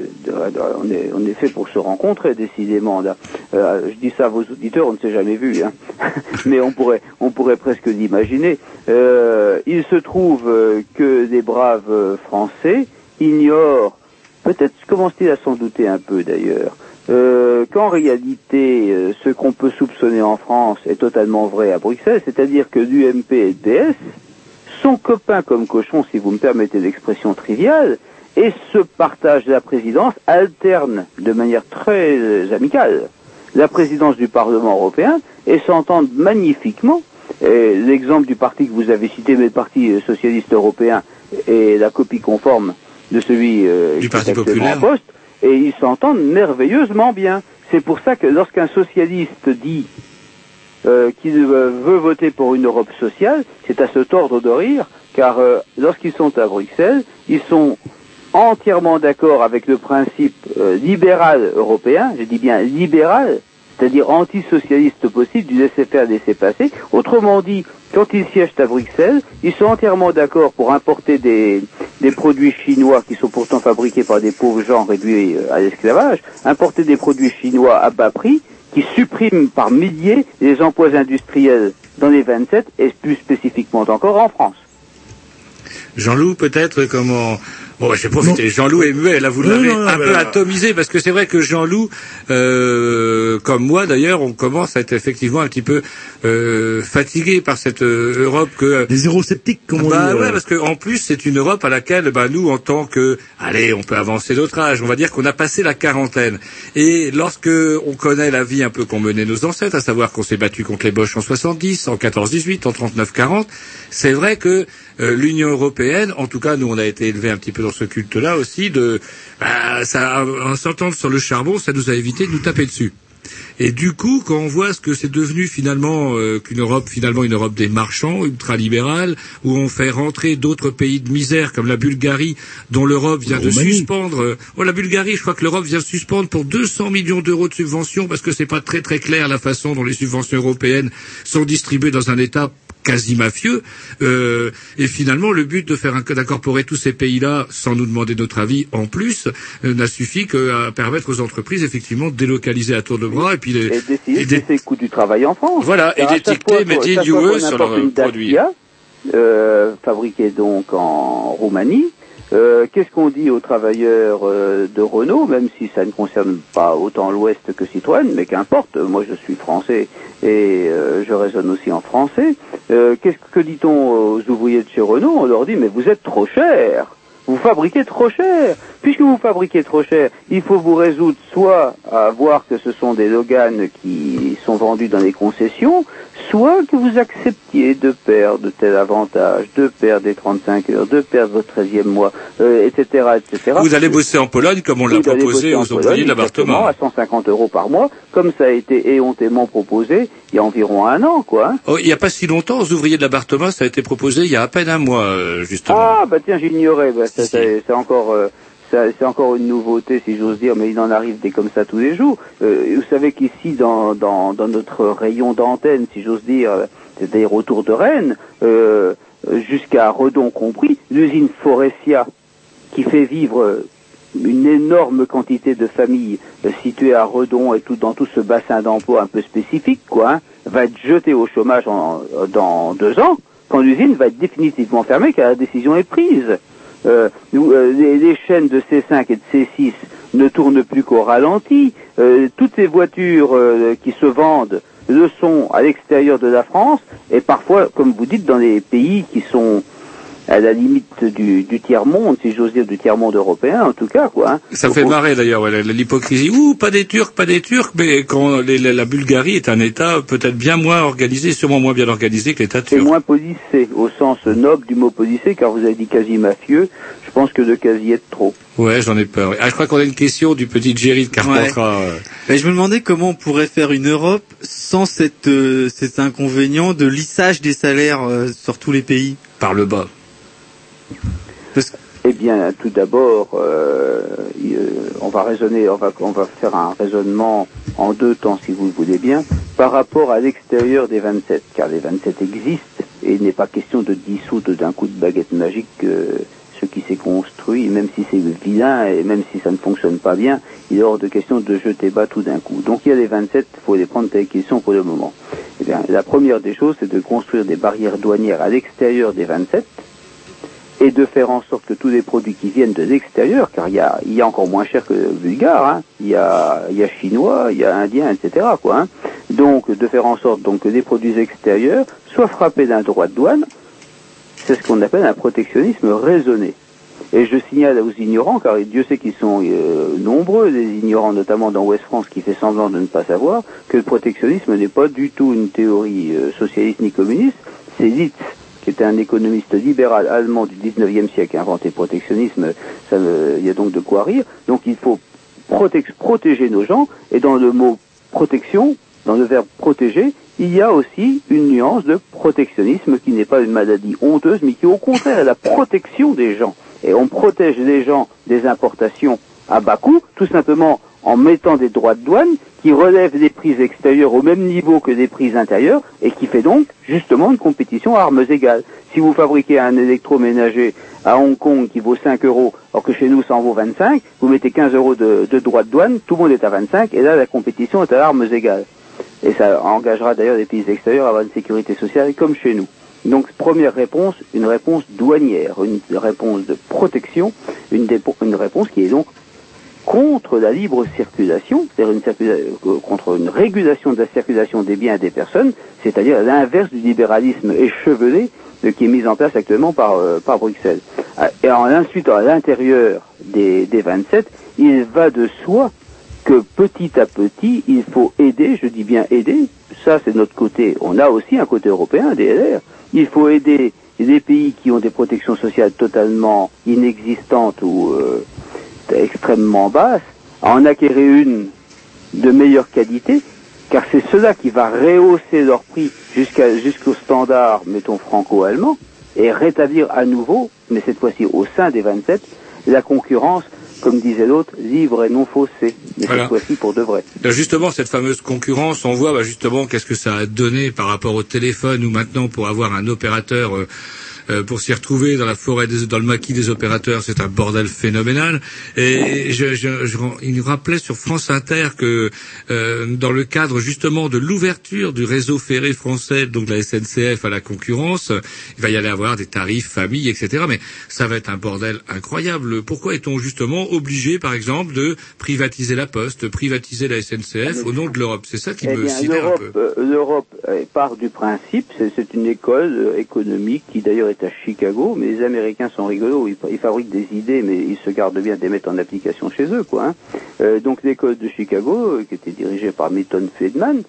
on est fait pour se rencontrer décidément. Là. Je dis ça à vos auditeurs, on ne s'est jamais vu, hein. Mais on pourrait presque l'imaginer. Il se trouve que des braves Français ignorent, peut-être commencent-ils à s'en douter un peu d'ailleurs, qu'en réalité ce qu'on peut soupçonner en France est totalement vrai à Bruxelles, c'est-à-dire que l'UMP et le PS sont copains comme cochons, si vous me permettez l'expression triviale, et se partagent la présidence, alternent de manière très amicale la présidence du Parlement européen et s'entendent magnifiquement. Et l'exemple du parti que vous avez cité, mais le Parti socialiste européen, est la copie conforme de celui du Parti populaire en poste, et ils s'entendent merveilleusement bien. C'est pour ça que lorsqu'un socialiste dit qu'il veut voter pour une Europe sociale, c'est à se tordre de rire, car lorsqu'ils sont à Bruxelles, ils sont entièrement d'accord avec le principe libéral européen, je dis bien libéral, c'est-à-dire antisocialiste possible, du laisser-faire, laisser-passer. Autrement dit, quand ils siègent à Bruxelles, ils sont entièrement d'accord pour importer des produits chinois qui sont pourtant fabriqués par des pauvres gens réduits à l'esclavage, importer des produits chinois à bas prix qui suppriment par milliers les emplois industriels dans les 27 et plus spécifiquement encore en France. Jean-Loup, peut-être, comment... Bon, j'ai profité. Jean-Loup est muet. Là, vous l'avez un peu atomisé parce que c'est vrai que Jean-Loup, comme moi d'ailleurs, on commence à être effectivement un petit peu fatigué par cette Europe que des eurosceptiques, comme on dit. Ouais, parce que en plus c'est une Europe à laquelle, nous, en tant que, on peut avancer notre âge. On va dire qu'on a passé la quarantaine. Et lorsque on connaît la vie un peu qu'ont menée nos ancêtres, à savoir qu'on s'est battu contre les Boches en 70, en 14-18, en 39-40, c'est vrai que l'Union européenne, en tout cas, nous, on a été élevés un petit peu dans ce culte-là aussi, en s'entendant sur le charbon, ça nous a évité de nous taper dessus. Et du coup, quand on voit ce que c'est devenu finalement une Europe des marchands, ultralibérale, où on fait rentrer d'autres pays de misère comme la Bulgarie, dont l'Europe vient de suspendre. La Bulgarie, je crois que l'Europe vient de suspendre pour 200 millions d'euros de subventions parce que c'est pas très très clair la façon dont les subventions européennes sont distribuées dans un État quasi mafieux, et finalement le but d'incorporer tous ces pays-là sans nous demander notre avis en plus n'a suffi qu'à permettre aux entreprises effectivement de délocaliser à tour de bras et puis d'essayer de baisser le coût du travail en France. Voilà, et d'étiqueter Made in UE sur leurs produits. Fabriqué donc en Roumanie. Qu'est-ce qu'on dit aux travailleurs de Renault, même si ça ne concerne pas autant l'Ouest que Citroën, mais qu'importe, moi je suis français et je raisonne aussi en français. Que dit-on aux ouvriers de chez Renault? On leur dit, mais vous êtes trop chers, vous fabriquez trop cher. Puisque vous fabriquez trop cher, il faut vous résoudre soit à voir que ce sont des Logan qui sont vendus dans les concessions, soit que vous acceptiez de perdre tel avantage, de perdre des 35 heures, de perdre votre 13e mois, etc., etc. Vous allez bosser en Pologne comme on l'a proposé aux ouvriers de l'appartement. À 150 euros par mois, comme ça a été éhontément proposé il y a environ un an, quoi. Il n'y a pas si longtemps, aux ouvriers de l'appartement, ça a été proposé il y a à peine un mois, justement. Ah, tiens, j'ignorais. C'est encore... c'est encore une nouveauté, si j'ose dire, mais il en arrive des comme ça tous les jours. Vous savez qu'ici, dans notre rayon d'antenne, si j'ose dire, c'est-à-dire autour de Rennes, jusqu'à Redon compris, l'usine Forestia, qui fait vivre une énorme quantité de familles situées à Redon et dans tout ce bassin d'emploi un peu spécifique, va être jetée au chômage dans 2 ans, quand l'usine va être définitivement fermée, car la décision est prise. Les chaînes de C5 et de C6 ne tournent plus qu'au ralenti. Toutes les voitures qui se vendent le sont à l'extérieur de la France et parfois, comme vous dites, dans des pays qui sont à la limite du tiers-monde, si j'ose dire, du tiers-monde européen, en tout cas, Ça fait marrer, d'ailleurs, l'hypocrisie. Pas des Turcs, mais quand la Bulgarie est un État peut-être bien moins organisé, sûrement moins bien organisé que l'État turc. C'est moins policé, au sens noble du mot policé, car vous avez dit quasi mafieux, je pense que de quasi est trop. Ouais, j'en ai peur. Je crois qu'on a une question du petit Jerry de Carpentras. Ouais. Je me demandais comment on pourrait faire une Europe sans cet inconvénient de lissage des salaires sur tous les pays. Par le bas. Eh bien, tout d'abord, on va faire un raisonnement en 2 temps, si vous le voulez bien, par rapport à l'extérieur des 27, car les 27 existent, et il n'est pas question de dissoudre d'un coup de baguette magique ce qui s'est construit, même si c'est vilain, et même si ça ne fonctionne pas bien, il est hors de question de jeter bas tout d'un coup. Donc il y a les 27, il faut les prendre telles qu'ils sont pour le moment. Eh bien, la première des choses, c'est de construire des barrières douanières à l'extérieur des 27, et de faire en sorte que tous les produits qui viennent de l'extérieur, car il y a encore moins cher que le bulgare, il y a chinois, il y a indien, etc., Donc, de faire en sorte que les produits extérieurs soient frappés d'un droit de douane. C'est ce qu'on appelle un protectionnisme raisonné. Et je signale aux ignorants, car Dieu sait qu'ils sont nombreux, les ignorants, notamment dans Ouest France, qui fait semblant de ne pas savoir, que le protectionnisme n'est pas du tout une théorie socialiste ni communiste, c'est Liszt, qui était un économiste libéral allemand du 19e siècle, qui a inventé le protectionnisme, il y a donc de quoi rire. Donc il faut protéger nos gens, et dans le mot protection, dans le verbe protéger, il y a aussi une nuance de protectionnisme qui n'est pas une maladie honteuse, mais qui au contraire est la protection des gens. Et on protège les gens des importations à bas coût, tout simplement en mettant des droits de douane qui relèvent des prix extérieurs au même niveau que des prix intérieurs et qui fait donc justement une compétition à armes égales. Si vous fabriquez un électroménager à Hong Kong qui vaut 5 euros, alors que chez nous ça en vaut 25, vous mettez 15 euros de droits de douane, tout le monde est à 25 et là la compétition est à armes égales. Et ça engagera d'ailleurs les pays extérieurs à avoir une sécurité sociale comme chez nous. Donc première réponse, une réponse douanière, une réponse de protection, une réponse qui est donc contre la libre circulation, c'est-à-dire contre une régulation de la circulation des biens et des personnes, c'est-à-dire l'inverse du libéralisme échevelé qui est mis en place actuellement par Bruxelles. Et ensuite, à l'intérieur des 27, il va de soi que petit à petit, il faut aider, je dis bien aider, ça c'est notre côté, on a aussi un côté européen, des LR, il faut aider les pays qui ont des protections sociales totalement inexistantes ou extrêmement basses, à en acquérir une de meilleure qualité, car c'est cela qui va rehausser leur prix jusqu'au standard, mettons, franco-allemand, et rétablir à nouveau, mais cette fois-ci au sein des 27, la concurrence, comme disait l'autre, libre et non faussée, mais voilà. cette fois-ci pour de vrai. Là, justement, cette fameuse concurrence, on voit justement qu'est-ce que ça a donné par rapport au téléphone, ou maintenant pour avoir un opérateur... pour s'y retrouver dans la forêt, dans le maquis des opérateurs, c'est un bordel phénoménal. Et il nous rappelait sur France Inter que dans le cadre justement de l'ouverture du réseau ferré français, donc de la SNCF à la concurrence, il va y aller avoir des tarifs famille, etc. Mais ça va être un bordel incroyable. Pourquoi est-on justement obligé, par exemple, de privatiser la Poste, privatiser la SNCF au nom de l'Europe? C'est ça qui me sidère un peu. L'Europe part du principe, c'est une école économique qui d'ailleurs est à Chicago, mais les Américains sont rigolos, ils fabriquent des idées, mais ils se gardent bien de les mettre en application chez eux, quoi. Donc l'école de Chicago, qui était dirigée par Milton Friedman,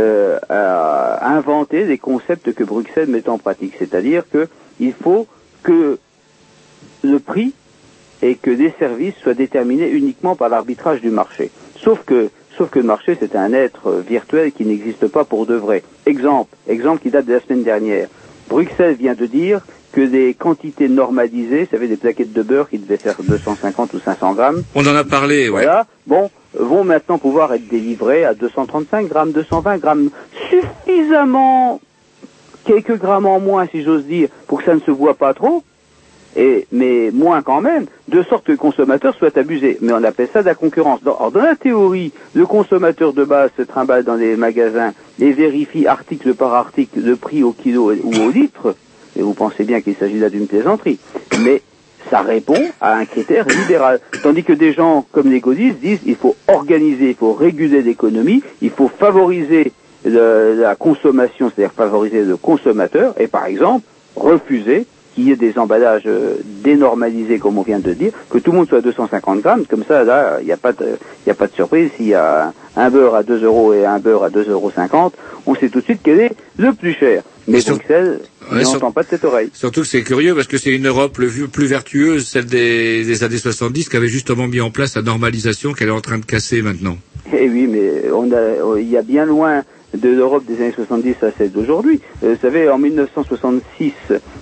a inventé des concepts que Bruxelles met en pratique, c'est-à-dire que il faut que le prix et que les services soient déterminés uniquement par l'arbitrage du marché. Sauf que le marché, c'est un être virtuel qui n'existe pas pour de vrai. Exemple qui date de la semaine dernière. Bruxelles vient de dire que des quantités normalisées, ça avait des plaquettes de beurre qui devaient faire 250 ou 500 grammes. On en a parlé, ouais. Voilà. Bon, vont maintenant pouvoir être délivrés à 235 grammes, 220 grammes. Suffisamment, quelques grammes en moins, si j'ose dire, pour que ça ne se voit pas trop. Mais moins quand même, de sorte que le consommateur soit abusé. Mais on appelle ça de la concurrence. Dans la théorie, le consommateur de base se trimballe dans les magasins et vérifie article par article le prix au kilo ou au litre. Et vous pensez bien qu'il s'agit là d'une plaisanterie. Mais ça répond à un critère libéral. Tandis que des gens comme les gaullistes disent il faut organiser, il faut réguler l'économie, il faut favoriser la consommation, c'est-à-dire favoriser le consommateur, et par exemple, refuser qu'il y ait des emballages dénormalisés, comme on vient de dire, que tout le monde soit à 250 grammes, comme ça, là, il n'y a pas de surprise. S'il y a un beurre à 2 euros et un beurre à 2,50 €, on sait tout de suite quel est le plus cher. Mais Bruxelles n'entend pas de cette oreille. Surtout que c'est curieux, parce que c'est une Europe plus vertueuse, celle des années 70, qui avait justement mis en place la normalisation qu'elle est en train de casser maintenant. Eh oui, mais il y a bien loin de l'Europe des années 70 à celle d'aujourd'hui. Vous savez, en 1966,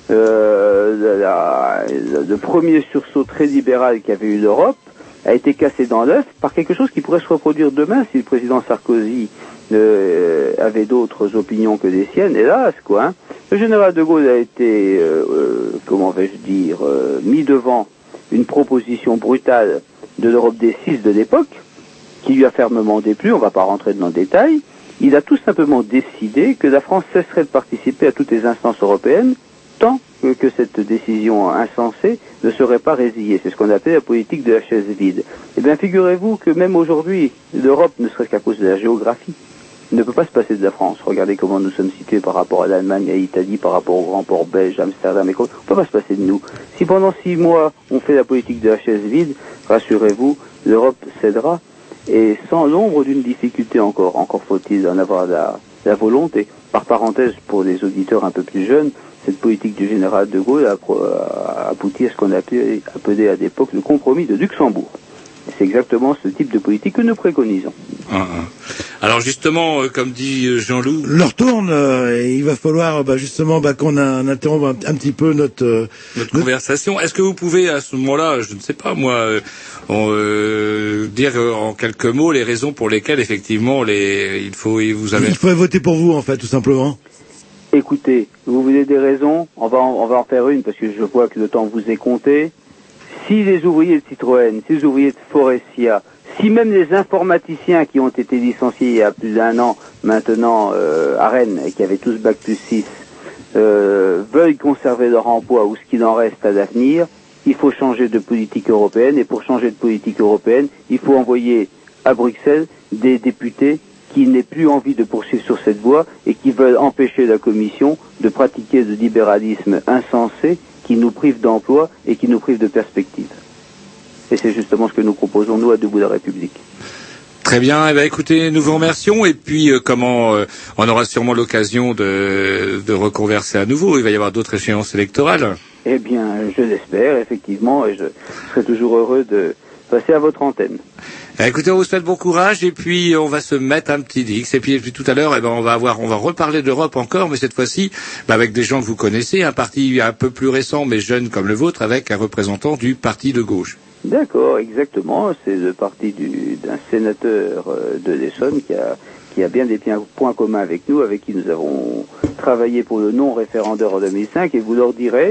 le premier sursaut très libéral qu'avait eu l'Europe a été cassé dans l'œuf par quelque chose qui pourrait se reproduire demain si le président Sarkozy avait d'autres opinions que les siennes, hélas, quoi. Hein. Le général de Gaulle a été, comment vais-je dire, mis devant une proposition brutale de l'Europe des 6 de l'époque, qui lui a fermement déplu, on ne va pas rentrer dans le détail. Il a tout simplement décidé que la France cesserait de participer à toutes les instances européennes tant que cette décision insensée ne serait pas résiliée. C'est ce qu'on appelle la politique de la chaise vide. Eh bien, figurez-vous que même aujourd'hui, l'Europe, ne serait-ce qu'à cause de la géographie, ne peut pas se passer de la France. Regardez comment nous sommes situés par rapport à l'Allemagne, à l'Italie, par rapport aux grands ports belges, Amsterdam et quoi. On ne peut pas se passer de nous. Si pendant 6 mois, on fait la politique de la chaise vide, rassurez-vous, l'Europe cédera. Et sans l'ombre d'une difficulté encore faut-il en avoir la volonté. Par parenthèse, pour les auditeurs un peu plus jeunes, cette politique du général de Gaulle a abouti à ce qu'on appelait à l'époque le compromis de Luxembourg. C'est exactement ce type de politique que nous préconisons. Alors justement, comme dit Jean-Loup... Leur tourne, il va falloir justement qu'on interrompe un petit peu notre conversation. Est-ce que vous pouvez à ce moment-là, je ne sais pas moi, dire en quelques mots les raisons pour lesquelles effectivement il faut voter pour vous en fait, tout simplement. Écoutez, vous voulez des raisons, on va en faire une parce que je vois que le temps vous est compté. Si les ouvriers de Citroën, si les ouvriers de Forestia, si même les informaticiens qui ont été licenciés il y a plus d'1 an maintenant à Rennes et qui avaient tous bac plus 6 veulent conserver leur emploi ou ce qu'il en reste à l'avenir, il faut changer de politique européenne, et pour changer de politique européenne, il faut envoyer à Bruxelles des députés qui n'aient plus envie de poursuivre sur cette voie et qui veulent empêcher la Commission de pratiquer le libéralisme insensé qui nous prive d'emploi et qui nous prive de perspectives. Et c'est justement ce que nous proposons, nous, à Debout la République. Très bien. Eh bien, écoutez, nous vous remercions. Et puis, on aura sûrement l'occasion de reconverser à nouveau. Il va y avoir d'autres échéances électorales. Eh bien, je l'espère, effectivement, et je serai toujours heureux de passer à votre antenne. Écoutez, on vous souhaite bon courage et puis on va se mettre un petit X et puis tout à l'heure, on va reparler d'Europe encore, mais cette fois-ci avec des gens que vous connaissez, un parti un peu plus récent mais jeune comme le vôtre, avec un représentant du parti de gauche. D'accord, exactement. C'est le parti d'un sénateur de l'Essonne qui a bien des points communs avec nous, avec qui nous avons travaillé pour le non-référendaire en 2005, et vous leur direz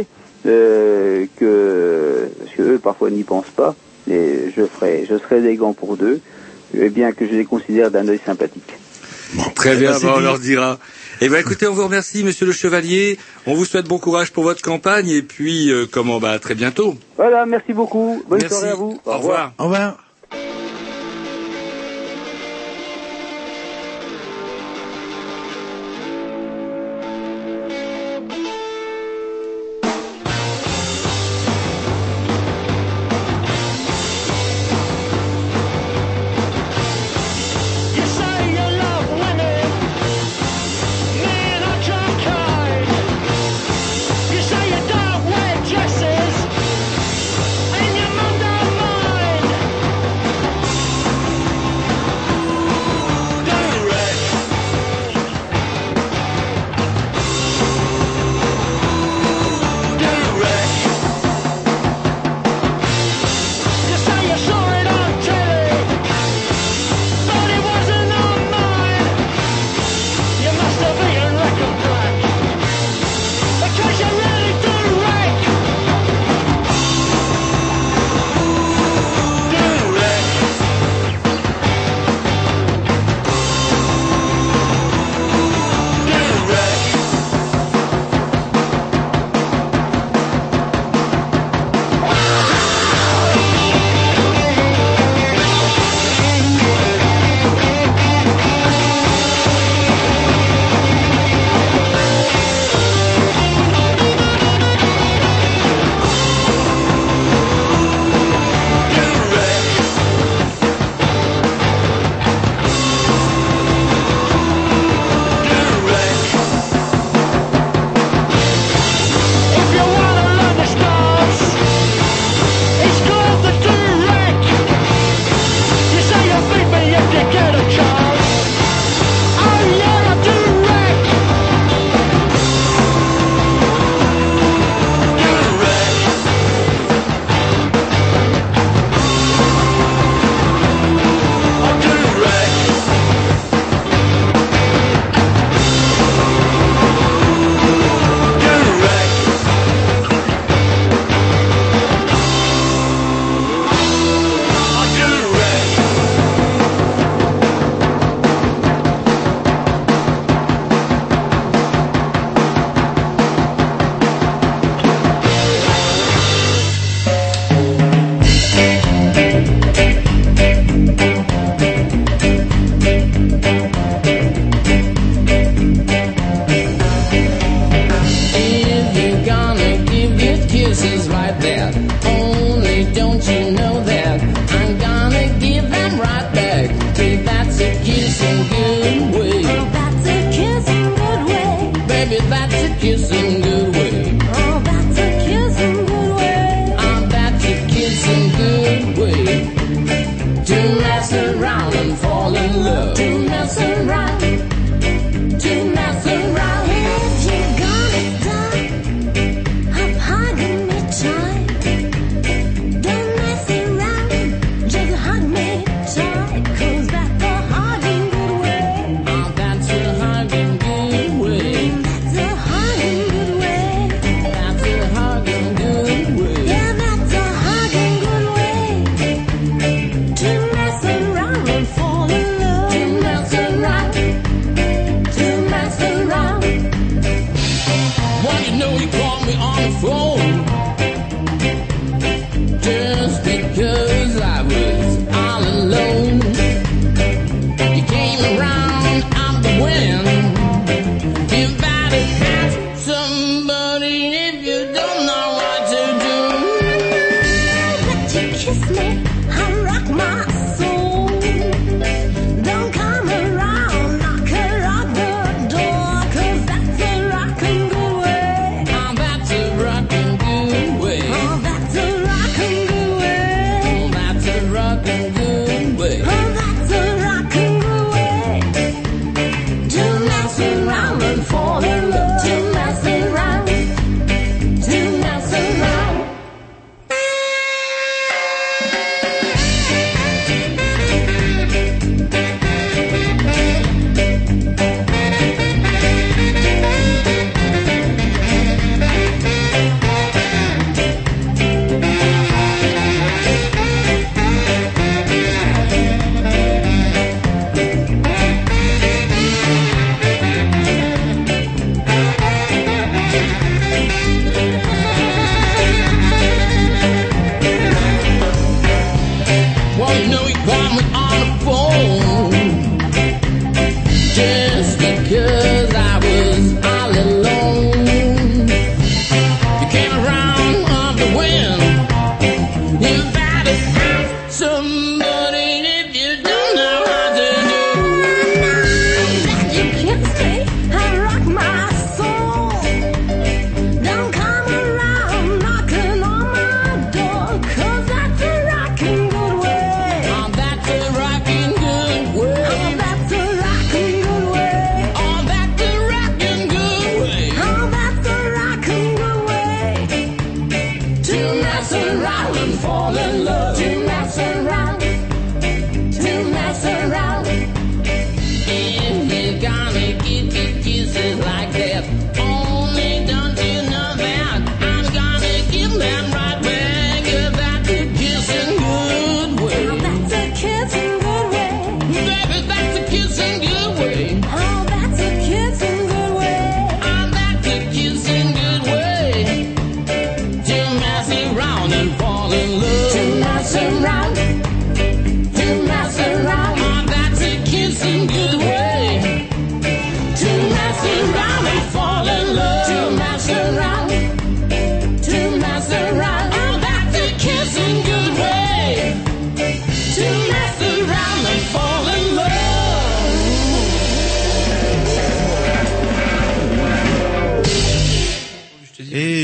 parce que eux parfois n'y pensent pas, et je serai élégant pour eux, et bien que je les considère d'un œil sympathique. Très bien, on leur dira. Eh ben, écoutez, on vous remercie, Monsieur le Chevalier. On vous souhaite bon courage pour votre campagne et puis, à très bientôt. Voilà, merci beaucoup. Bonne soirée à vous. Au revoir. Au revoir. To mess around and fall in love.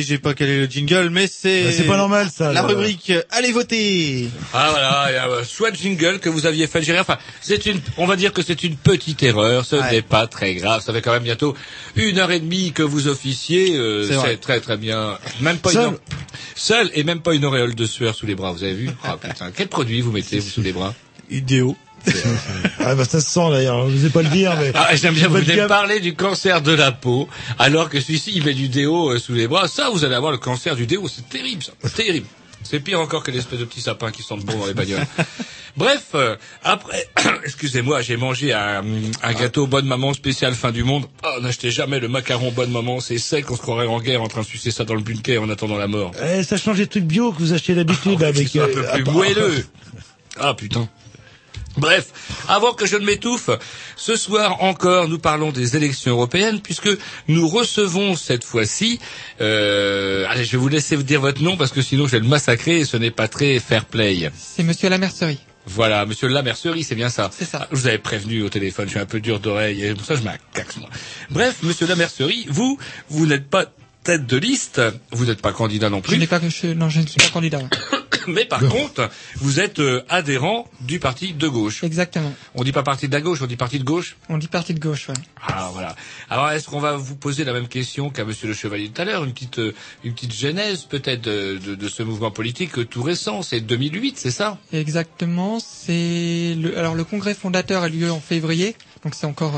j'ai pas calé le jingle, mais c'est pas normal, ça. La rubrique Allez voter. Ah voilà, il y a un chouette jingle que vous aviez fait gérer. Enfin, on va dire que c'est une petite erreur, ce n'est pas très grave. Ça fait quand même bientôt 1h30 que vous officiez, c'est très très bien. Même pas seul et même pas une auréole de sueur sous les bras, vous avez vu? Ah putain, quel produit vous mettez vous sous les bras? Idéo. Ah bah ça se sent d'ailleurs, je ne sais pas le dire mais... Ah, j'aime bien, vous venez me parler du cancer de la peau, alors que celui-ci il met du déo sous les bras. Ça, vous allez avoir le cancer du déo, c'est terrible ça, terrible. C'est pire encore que l'espèce de petits sapins qui sentent bon dans les bagnoles. Bref, après, excusez-moi, j'ai mangé un gâteau Bonne Maman spécial fin du monde. Oh, n'achetez jamais le macaron Bonne Maman, c'est sec, on se croirait en guerre en train de sucer ça dans le bunker en attendant la mort. Ça change des trucs bio que vous achetez d'habitude avec... C'est un peu plus moelleux. Ah putain. Bref, avant que je ne m'étouffe, ce soir encore, nous parlons des élections européennes, puisque nous recevons cette fois-ci... allez, je vais vous laisser vous dire votre nom, parce que sinon je vais le massacrer et ce n'est pas très fair play. C'est Monsieur Lamercerie. Voilà, Monsieur Lamercerie, c'est bien ça. C'est ça. Je vous avais prévenu au téléphone, je suis un peu dur d'oreille, et pour ça je m'accaxe, moi. Bref, Monsieur Lamercerie, vous n'êtes pas tête de liste, vous n'êtes pas candidat non plus. Je ne suis pas candidat. Mais par contre, vous êtes adhérent du parti de gauche. Exactement. On dit pas parti de la gauche, on dit parti de gauche. On dit parti de gauche, ouais. Ah voilà. Alors est-ce qu'on va vous poser la même question qu'à Monsieur le Chevalier tout à l'heure, une petite genèse peut-être de ce mouvement politique tout récent, c'est 2008, c'est ça? Exactement. Alors le congrès fondateur a lieu en février, donc c'est encore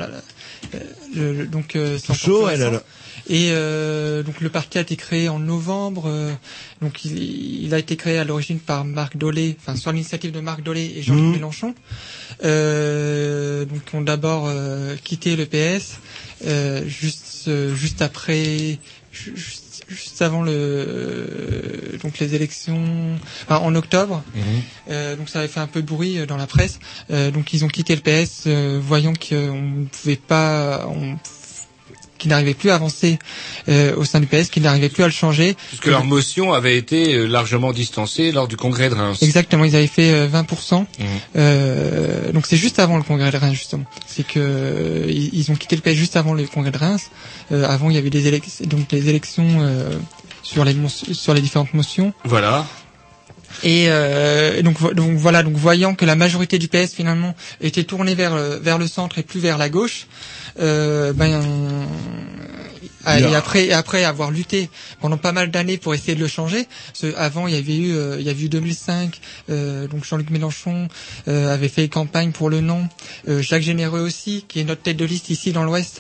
c'est chaud, elle là. Et donc le parti a été créé en novembre. Donc il a été créé à l'origine par Marc Dolé, enfin sur l'initiative de Marc Dolé et Jean-Luc Mélenchon. Donc ont d'abord quitté le PS juste après, juste avant donc les élections, en octobre. Donc ça avait fait un peu de bruit dans la presse. Donc ils ont quitté le PS, voyant qu'on pouvait pas, qui n'arrivait plus à avancer au sein du PS, qui n'arrivait plus à le changer. Puisque leur motion avait été largement distancée lors du congrès de Reims. Exactement, ils avaient fait 20%. Donc c'est juste avant le congrès de Reims, justement. C'est que ils ont quitté le PS juste avant le congrès de Reims. Avant, il y avait les élections sur les différentes motions. Voilà. Et donc voyant que la majorité du PS finalement était tournée vers le centre et plus vers la gauche, et après avoir lutté pendant pas mal d'années pour essayer de le changer, avant il y a eu 2005, donc Jean-Luc Mélenchon avait fait campagne pour le non, Jacques Généreux aussi, qui est notre tête de liste ici dans l'Ouest,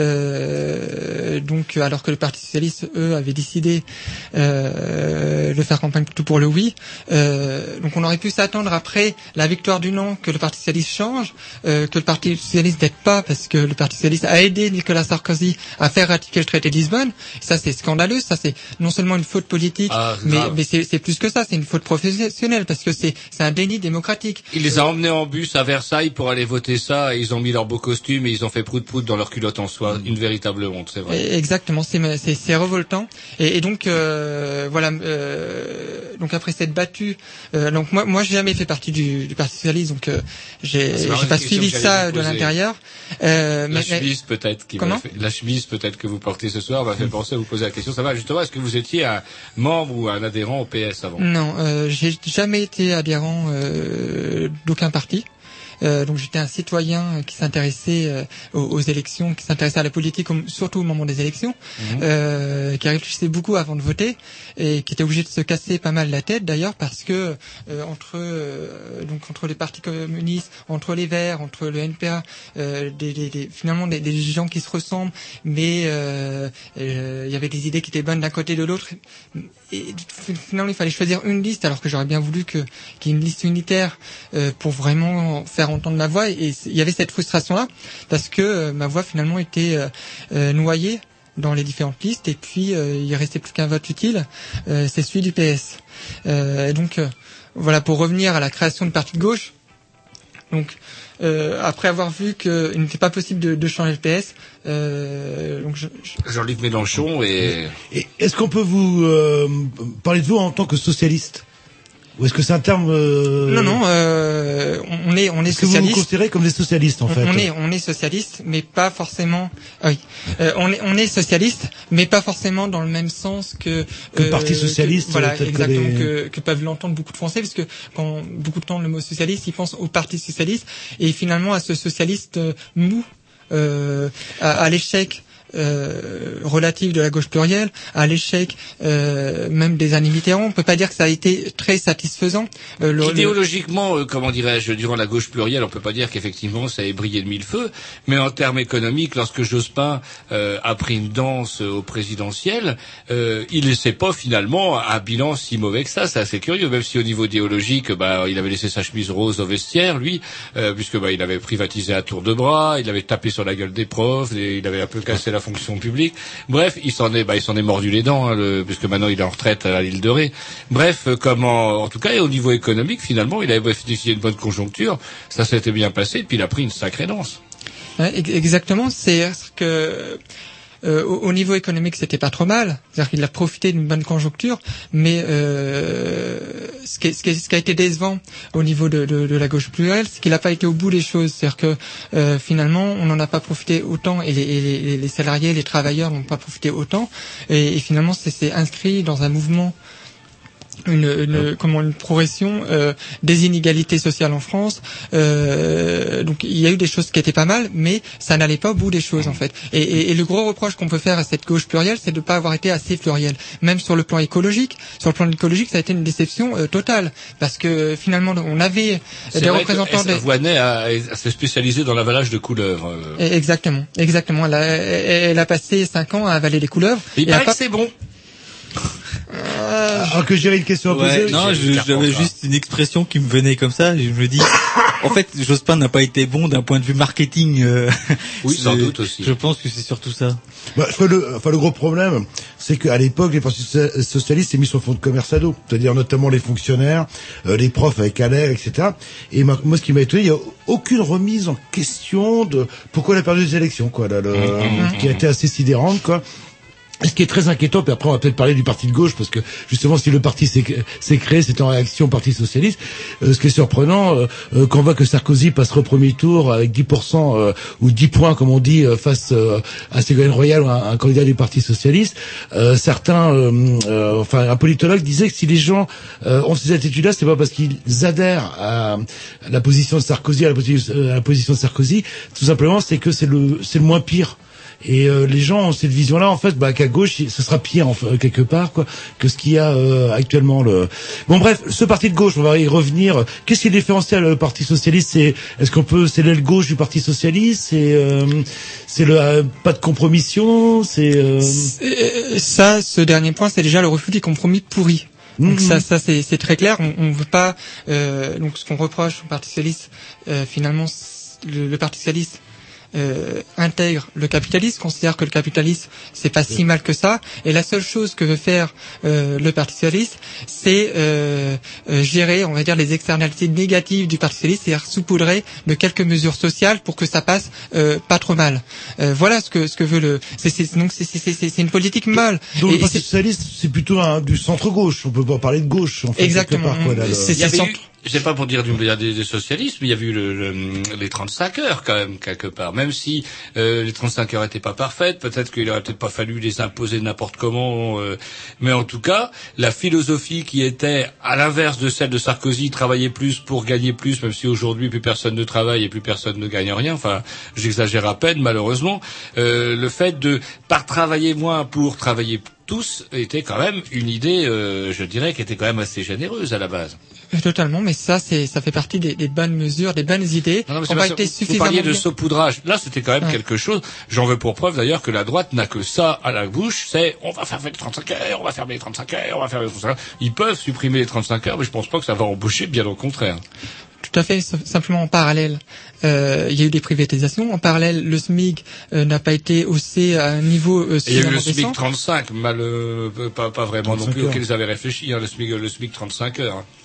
donc alors que le Parti socialiste eux avait décidé de faire campagne plutôt pour le oui. Donc on aurait pu s'attendre après la victoire du non que le Parti socialiste change, que le Parti socialiste n'aide pas, parce que le Parti socialiste a aidé Nicolas Sarkozy à faire ratifier le traité de Lisbonne. Ça c'est scandaleux, ça c'est non seulement une faute politique, mais c'est plus que ça, c'est une faute professionnelle, parce que c'est un déni démocratique. Il les a emmenés en bus à Versailles pour aller voter ça, et ils ont mis leurs beaux costumes et ils ont fait prout-prout dans leur culotte en soie. Une véritable honte, c'est vrai. Exactement, c'est révoltant. Et donc voilà, donc après s'être battu, donc moi j'ai jamais fait partie du Parti socialiste, donc j'ai pas suivi ça de l'intérieur. La chemise peut-être que vous portez ce soir m'a fait penser à vous poser la question. Ça va justement, est-ce que vous étiez un membre ou un adhérent au PS avant? Non, j'ai jamais été adhérent d'aucun parti. Donc j'étais un citoyen qui s'intéressait aux élections, qui s'intéressait à la politique, surtout au moment des élections, qui réfléchissait beaucoup avant de voter et qui était obligé de se casser pas mal la tête d'ailleurs, parce que entre les partis communistes, entre les Verts, entre le NPA, finalement des gens qui se ressemblent, mais il y avait des idées qui étaient bonnes d'un côté et de l'autre. Et finalement il fallait choisir une liste, alors que j'aurais bien voulu qu'il y ait une liste unitaire pour vraiment faire entendre ma voix, et il y avait cette frustration là parce que ma voix finalement était noyée dans les différentes listes, et puis il restait plus qu'un vote utile, c'est celui du PS. Donc voilà, pour revenir à la création de parti de gauche, donc après avoir vu qu'il n'était pas possible de changer le PS, donc Jean-Luc Mélenchon et est-ce qu'on peut vous parler de vous en tant que socialiste? Ou est-ce que c'est un terme Non, on est est-ce que vous socialiste. vous considérez comme des socialistes en fait? On est socialiste, mais pas forcément. Ah oui, on est socialiste, mais pas forcément dans le même sens que le Parti socialiste. Voilà, tel exactement, les- que peuvent l'entendre beaucoup de Français, parce que quand beaucoup de temps le mot socialiste, ils pensent au Parti socialiste et finalement à ce socialiste mou, à l'échec. Relative de la gauche plurielle, à l'échec même des années Mitterrand, on peut pas dire que ça a été très satisfaisant. Idéologiquement, comment dirais-je, durant la gauche plurielle, on peut pas dire qu'effectivement ça ait brillé de mille feux, mais en termes économiques, lorsque Jospin a pris une danse au présidentiel, il laissait pas finalement un bilan si mauvais que ça. C'est assez curieux, même si au niveau idéologique, il avait laissé sa chemise rose au vestiaire, lui, puisque il avait privatisé à tour de bras, il avait tapé sur la gueule des profs, et il avait un peu cassé la fonction publique. Bref, il s'en est mordu les dents, puisque maintenant il est en retraite à l'île de Ré. Bref, en tout cas, et au niveau économique, finalement, il avait bénéficié d'une bonne conjoncture, ça s'était bien passé, et puis il a pris une sacrée danse. Ouais, exactement, c'est que au niveau économique, c'était pas trop mal. C'est-à-dire qu'il a profité d'une bonne conjoncture, mais ce qui a été décevant au niveau de la gauche plurielle, c'est qu'il n'a pas été au bout des choses. C'est-à-dire que finalement, on n'en a pas profité autant, et les salariés, les travailleurs n'ont pas profité autant, et finalement, c'est inscrit dans un mouvement. Une progression des inégalités sociales en France. Donc il y a eu des choses qui étaient pas mal, mais ça n'allait pas au bout des choses en fait. Et le gros reproche qu'on peut faire à cette gauche plurielle, c'est de ne pas avoir été assez plurielle. Même sur le plan écologique, ça a été une déception totale, parce que finalement on avait des représentants. Voynet s'est spécialisé dans l'avalage de couleuvres. Exactement. Elle a passé 5 ans à avaler des couleuvres. Il paraît que c'est bon. Alors que j'ai une question à poser. Ouais, non, j'avais juste une expression qui me venait comme ça. Je me dis, en fait, Jospin n'a pas été bon d'un point de vue marketing. Oui, sans doute aussi. Je pense que c'est surtout ça. Le gros problème, c'est qu'à l'époque, les partis socialistes s'est mis sur le fonds de commerce à dos, c'est-à-dire notamment les fonctionnaires, les profs avec Allaire, etc. Et moi, ce qui m'a étonné, il n'y a aucune remise en question de pourquoi on a perdu les élections, quoi, qui a été assez sidérante, quoi. Ce qui est très inquiétant, puis après on va peut-être parler du parti de gauche, parce que justement si le parti s'est créé, c'est en réaction au parti socialiste. Ce qui est surprenant, quand on voit que Sarkozy passe au premier tour avec 10% ou 10 points comme on dit face à Ségolène Royal, un candidat du parti socialiste, un politologue disait que si les gens ont ces attitudes-là, c'est pas parce qu'ils adhèrent à la position de Sarkozy, à la position de Sarkozy, tout simplement c'est que c'est le moins pire. Et les gens ont cette vision-là, en fait, qu'à gauche, ce sera pire, quelque part, quoi, que ce qu'il y a actuellement. Bon, bref, ce parti de gauche, on va y revenir. Qu'est-ce qui différencie le Parti socialiste? C'est l'aile gauche du Parti socialiste? C'est le pas de compromission? Ce dernier point, c'est déjà le refus des compromis pourris. Donc ça c'est très clair. On veut pas. Donc ce qu'on reproche au Parti socialiste, finalement, le Parti socialiste intègre le capitalisme, considère que le capitalisme c'est pas si mal que ça, et la seule chose que veut faire le Parti socialiste, c'est gérer, on va dire, les externalités négatives du Parti socialiste, c'est-à-dire saupoudrer de quelques mesures sociales pour que ça passe pas trop mal. Voilà ce que veut c'est une politique mâle. Donc le Parti socialiste, c'est plutôt du centre gauche. On peut pas parler de gauche. En fait, exactement. C'est pas pour dire des socialistes, mais il y a eu les 35 heures quand même quelque part. Même si les 35 heures étaient pas parfaites, peut-être qu'il aurait peut-être pas fallu les imposer n'importe comment. Mais en tout cas, la philosophie qui était à l'inverse de celle de Sarkozy, travailler plus pour gagner plus, même si aujourd'hui plus personne ne travaille et plus personne ne gagne rien. Enfin, j'exagère à peine malheureusement. Le fait de pas travailler moins pour travailler tous était quand même une idée, je dirais, qui était quand même assez généreuse à la base. Totalement, mais ça fait partie des bonnes mesures, des bonnes idées. Vous parliez de saupoudrage. Là, c'était quand même quelque chose. J'en veux pour preuve d'ailleurs que la droite n'a que ça à la bouche. C'est on va faire les 35 heures, on va fermer les 35 heures, on va faire les 35 heures. Ils peuvent supprimer les 35 heures, mais je pense pas que ça va embaucher, bien au contraire. Tout à fait, simplement en parallèle. Il y a eu des privatisations. En parallèle, le SMIC n'a pas été haussé à un niveau il y a eu le SMIC 35, pas vraiment 35 non plus, auquel ils avaient réfléchi, le SMIC 35 heures.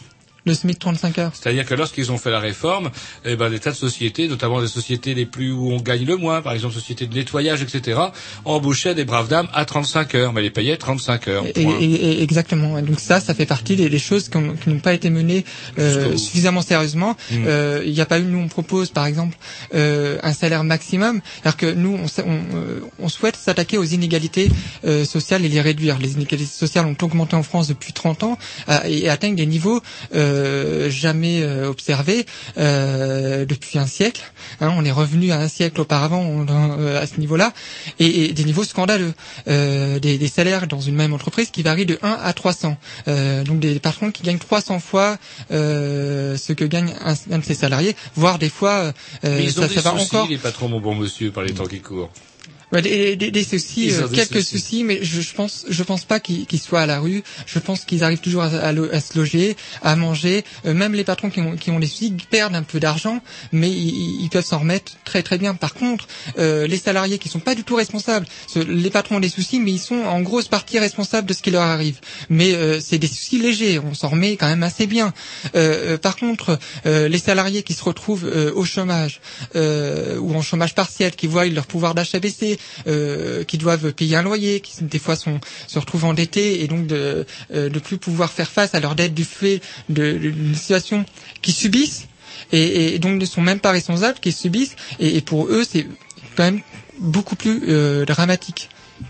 Le SMIC 35 heures. C'est-à-dire que lorsqu'ils ont fait la réforme, des tas de sociétés, notamment des sociétés les plus où on gagne le moins, par exemple sociétés de nettoyage, etc., embauchaient des braves dames à 35 heures, mais les payaient 35 heures. Exactement. Donc ça fait partie des choses qui n'ont pas été menées suffisamment sérieusement. Il n'y a pas eu, nous on propose par exemple un salaire maximum, alors que nous on souhaite s'attaquer aux inégalités sociales et les réduire. Les inégalités sociales ont augmenté en France depuis 30 ans et atteignent des niveaux jamais observé depuis un siècle. On est revenu à un siècle auparavant à ce niveau-là, et des niveaux scandaleux, des salaires dans une même entreprise qui varient de 1 à 300. Donc des patrons qui gagnent 300 fois ce que gagne un de ses salariés, voire des fois mais ils ont ça va soucis, encore. Les patrons, mon bon monsieur, par les temps qui courent. Des soucis, quelques soucis, mais je pense pas qu'ils soient à la rue. Je pense qu'ils arrivent toujours à se loger, à manger. Même les patrons qui ont des soucis perdent un peu d'argent, mais ils peuvent s'en remettre très très bien. Par contre, les salariés qui sont pas du tout responsables, les patrons ont des soucis, mais ils sont en grosse partie responsables de ce qui leur arrive. Mais c'est des soucis légers, on s'en remet quand même assez bien. Par contre, les salariés qui se retrouvent au chômage ou en chômage partiel, qui voient leur pouvoir d'achat baisser, qui doivent payer un loyer, qui des fois se retrouvent endettés et donc de plus pouvoir faire face à leurs dettes du fait d'une situation qu'ils subissent et donc ne sont même pas responsables, qu'ils subissent, et pour eux c'est quand même beaucoup plus dramatique.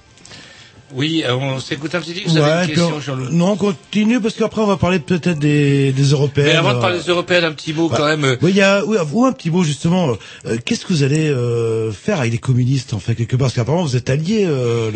Oui, on s'écoute un petit peu. Vous avez une question, Jean-Loup? Non, on continue parce qu'après on va parler peut-être des Européennes. Mais avant de parler des Européennes, un petit mot quand même. Oui, un petit mot justement. Qu'est-ce que vous allez faire avec les communistes en fait quelque part? Parce qu'apparemment vous êtes alliés.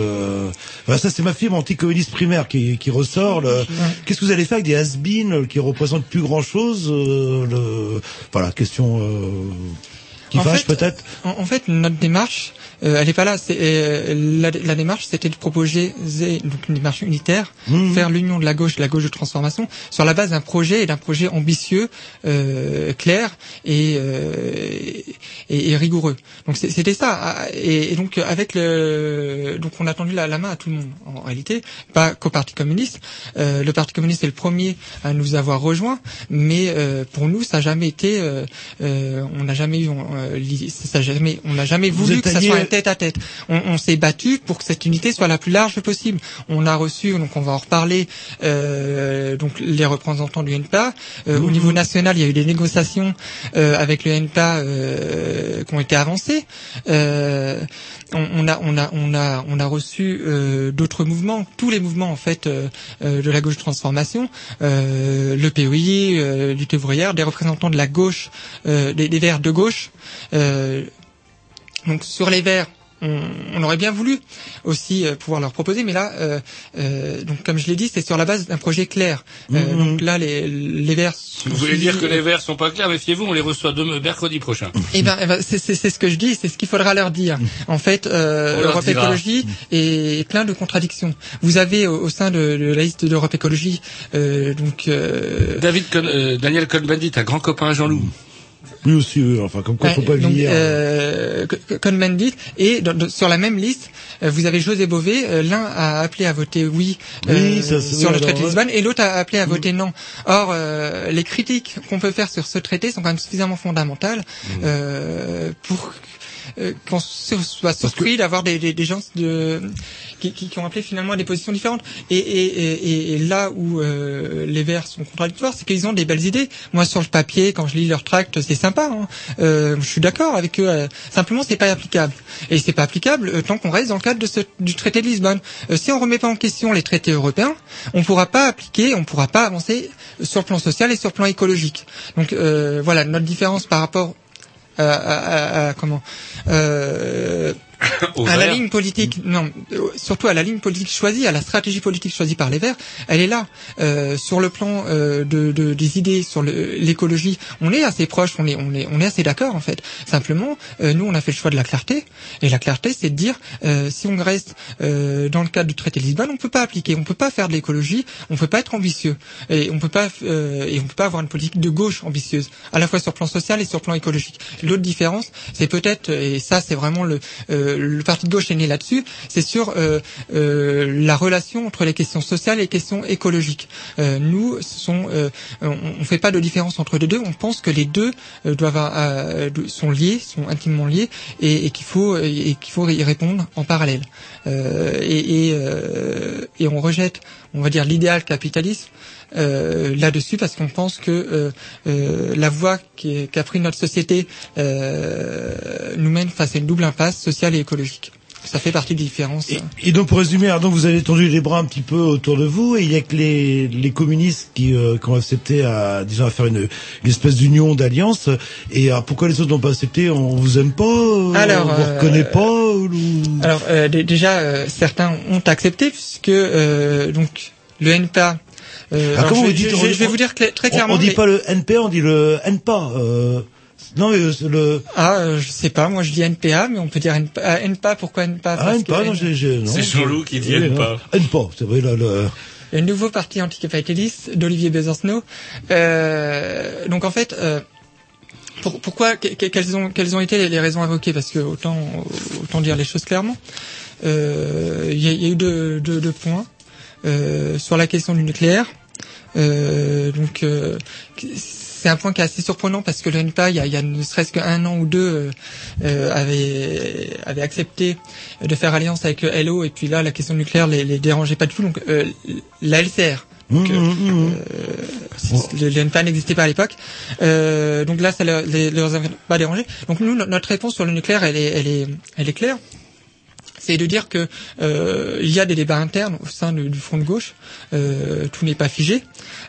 Ça c'est ma fibre anticommuniste primaire qui ressort. Qu'est-ce que vous allez faire avec des has-been qui représentent plus grand-chose? Voilà, question qui fâche peut-être. En fait, notre démarche, elle est pas là. La démarche, c'était de proposer donc une démarche unitaire, faire l'union de la gauche de transformation, sur la base d'un projet ambitieux, clair et rigoureux. Donc c'était ça. Et donc donc on a tendu la main à tout le monde. En réalité, pas qu'au Parti communiste. Le Parti communiste est le premier à nous avoir rejoints, mais pour nous, ça n'a jamais été. On n'a jamais eu. On n'a jamais voulu que ça soit un tête-à-tête. On s'est battu pour que cette unité soit la plus large possible. On a reçu, donc on va en reparler, donc les représentants du NPA. Au niveau national, il y a eu des négociations avec le NPA qui ont été avancées. On a reçu d'autres mouvements, tous les mouvements en fait de la gauche de transformation, le POI, lutte ouvrière, des représentants de la gauche, des Verts de gauche. Donc sur les Verts, on aurait bien voulu aussi pouvoir leur proposer, mais là, donc comme je l'ai dit, c'est sur la base d'un projet clair. Donc là, les Verts. Vous voulez dire que les Verts sont pas clairs? Méfiez-vous, on les reçoit mercredi prochain. Eh ben, c'est ce que je dis, c'est ce qu'il faudra leur dire. En fait, Europe Écologie est plein de contradictions. Vous avez au sein de la liste d'Europe Écologie, Daniel Cohn-Bendit, un grand copain à Jean-Loup. Lui aussi, enfin, comme quoi, faut pas venir. Cohn-Bendit, et sur la même liste, vous avez José Bové, l'un a appelé à voter oui, sur le traité de Lisbonne, et l'autre a appelé à voter non. Or, les critiques qu'on peut faire sur ce traité sont quand même suffisamment fondamentales pour qu'on soit surpris d'avoir des gens qui ont appelé finalement à des positions différentes. Et là où les Verts sont contradictoires, c'est qu'ils ont des belles idées. Moi, sur le papier, quand je lis leur tract, c'est sympa. Je suis d'accord avec eux. Simplement, c'est pas applicable. Et c'est pas applicable tant qu'on reste dans le cadre du traité de Lisbonne. Si on remet pas en question les traités européens, on pourra pas avancer sur le plan social et sur le plan écologique. Donc voilà notre différence par rapport à la ligne politique, surtout à la ligne politique choisie, à la stratégie politique choisie par les Verts, elle est là. Sur le plan des idées, sur l'écologie, on est assez proche, on est assez d'accord en fait. Simplement, nous on a fait le choix de la clarté, et la clarté c'est de dire si on reste dans le cadre du traité de Lisbonne, on peut pas appliquer, on peut pas faire de l'écologie, on peut pas être ambitieux, et on peut pas avoir une politique de gauche ambitieuse, à la fois sur le plan social et sur le plan écologique. L'autre différence, c'est peut-être, et ça c'est vraiment le parti de gauche est né là-dessus, c'est sur la relation entre les questions sociales et les questions écologiques. Nous, on fait pas de différence entre les deux. On pense que les deux sont liés, sont intimement liés, et qu'il faut y répondre en parallèle. Et on rejette, on va dire, l'idéal capitalisme là-dessus, parce qu'on pense que la voie qu'a pris notre société nous mène face à une double impasse sociale et écologique. Ça fait partie des différences. Et donc, pour résumer, donc vous avez tendu les bras un petit peu autour de vous, et il y a que les communistes qui ont accepté à faire une espèce d'union, d'alliance. Et pourquoi les autres n'ont pas accepté? On vous aime pas? Alors, on vous reconnaît pas? Alors, déjà, certains ont accepté, puisque donc le NPA. Comment vous dites? Je vais vous dire très clairement. On dit pas le NPA, on dit le NPA. Non, mais je sais pas, moi je dis NPA, mais on peut dire NPA. NPA, pourquoi NPA? NPA, non, c'est Jean-Loup qui dit NPA. NPA, c'est vrai, là, Le nouveau parti anticapitaliste d'Olivier Besancenot. Donc en fait, pourquoi, quelles ont été les raisons invoquées? Parce que autant dire les choses clairement. Il y a eu deux points. Sur la question du nucléaire. C'est un point qui est assez surprenant, parce que le NPA, il y a ne serait-ce qu'un an ou deux, avait accepté de faire alliance avec le LO, et puis là, la question nucléaire les dérangeait pas du tout. Donc la LCR. Le NPA n'existait pas à l'époque. Donc là, ça leur a pas dérangé. Donc nous, notre réponse sur le nucléaire, elle est claire. C'est de dire que il y a des débats internes au sein du Front de gauche, tout n'est pas figé,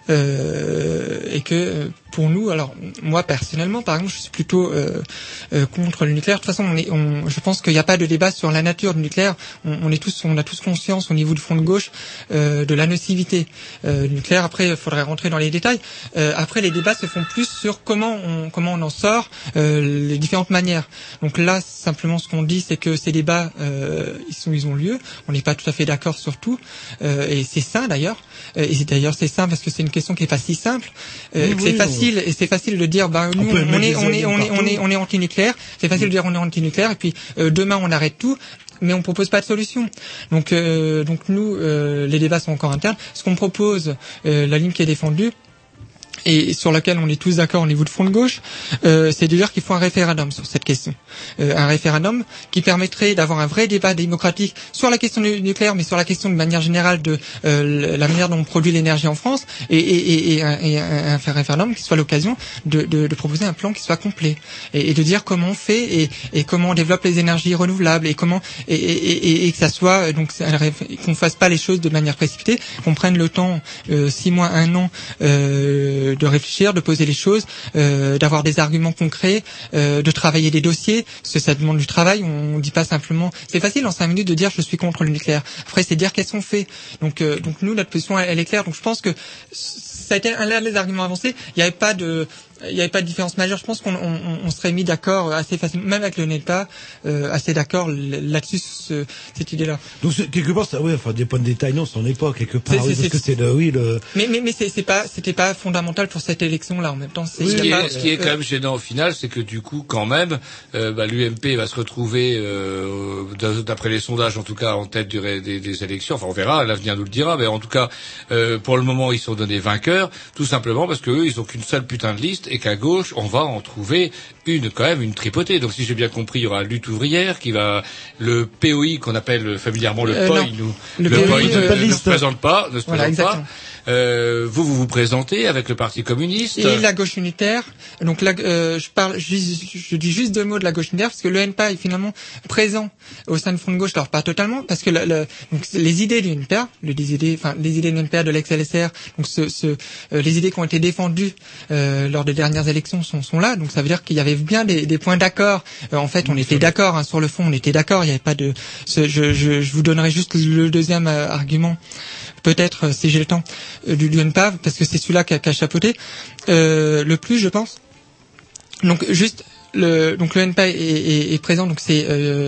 et que pour nous, alors moi personnellement, par exemple, je suis plutôt contre le nucléaire. De toute façon, je pense qu'il n'y a pas de débat sur la nature du nucléaire. On a tous conscience au niveau du Front de gauche de la nocivité du nucléaire. Après, il faudrait rentrer dans les détails. Après, les débats se font plus sur comment on en sort, les différentes manières. Donc là, simplement, ce qu'on dit, c'est que ces débats ils ont lieu. On n'est pas tout à fait d'accord sur tout, et c'est sain d'ailleurs. Et d'ailleurs, c'est sain parce que c'est une question qui est pas si simple. C'est facile de dire, nous, on est anti-nucléaire. C'est facile de dire on est anti-nucléaire, et puis demain on arrête tout. Mais on propose pas de solution. Donc nous, les débats sont encore internes. Ce qu'on propose, la ligne qui est défendue, et sur laquelle on est tous d'accord au niveau de Front de gauche, c'est de dire qu'il faut un référendum sur cette question. Un référendum qui permettrait d'avoir un vrai débat démocratique sur la question du nucléaire, mais sur la question de manière générale de la manière dont on produit l'énergie en France, et un référendum qui soit l'occasion de proposer un plan qui soit complet, et de dire comment on fait, et comment on développe les énergies renouvelables, et comment et que ça soit donc qu'on fasse pas les choses de manière précipitée, qu'on prenne le temps, 6 mois, 1 an, de réfléchir, de poser les choses, d'avoir des arguments concrets, de travailler des dossiers, parce que ça demande du travail. On dit pas simplement, c'est facile en 5 minutes de dire je suis contre le nucléaire. Après, c'est dire qu'est-ce qu'on fait. Donc nous, notre position, elle est claire. Donc je pense que ça a été un des arguments avancés. Il n'y avait pas de différence majeure. Je pense qu'on serait mis d'accord assez facilement, même avec le NPA, assez d'accord là-dessus, cette idée-là. Donc quelque part, des points de détail, non, c'en est pas quelque part. Mais c'était pas fondamental pour cette élection-là. En même temps, ce qui est quand même gênant au final, c'est que du coup, quand même, l'UMP va se retrouver, d'après les sondages, en tout cas, en tête des élections. Enfin, on verra, l'avenir nous le dira. Mais en tout cas, pour le moment, ils sont donnés vainqueurs, tout simplement parce que eux, ils ont qu'une seule putain de liste, et qu'à gauche, on va en trouver quand même une tripotée. Donc si j'ai bien compris, il y aura Lutte ouvrière, le POI qu'on appelle familièrement le POI, le POI ne se présente pas, vous présentez avec le Parti communiste. Et la gauche unitaire. Donc là, je dis juste 2 mots de la gauche unitaire, parce que le NPA est finalement présent au sein du Front de gauche. Alors pas totalement, parce que donc les idées du NPA, les idées du NPA de l'ex-LSR, donc les idées qui ont été défendues lors des dernières élections sont là. Donc ça veut dire qu'il y avait bien des points d'accord. En fait, on était d'accord sur le fond, on était d'accord. Il y avait pas de. Je vous donnerai juste le deuxième argument, peut-être si j'ai le temps, du NPA, parce que c'est celui-là qui a chapeauté le plus, je pense. Donc juste le NPA est présent, donc c'est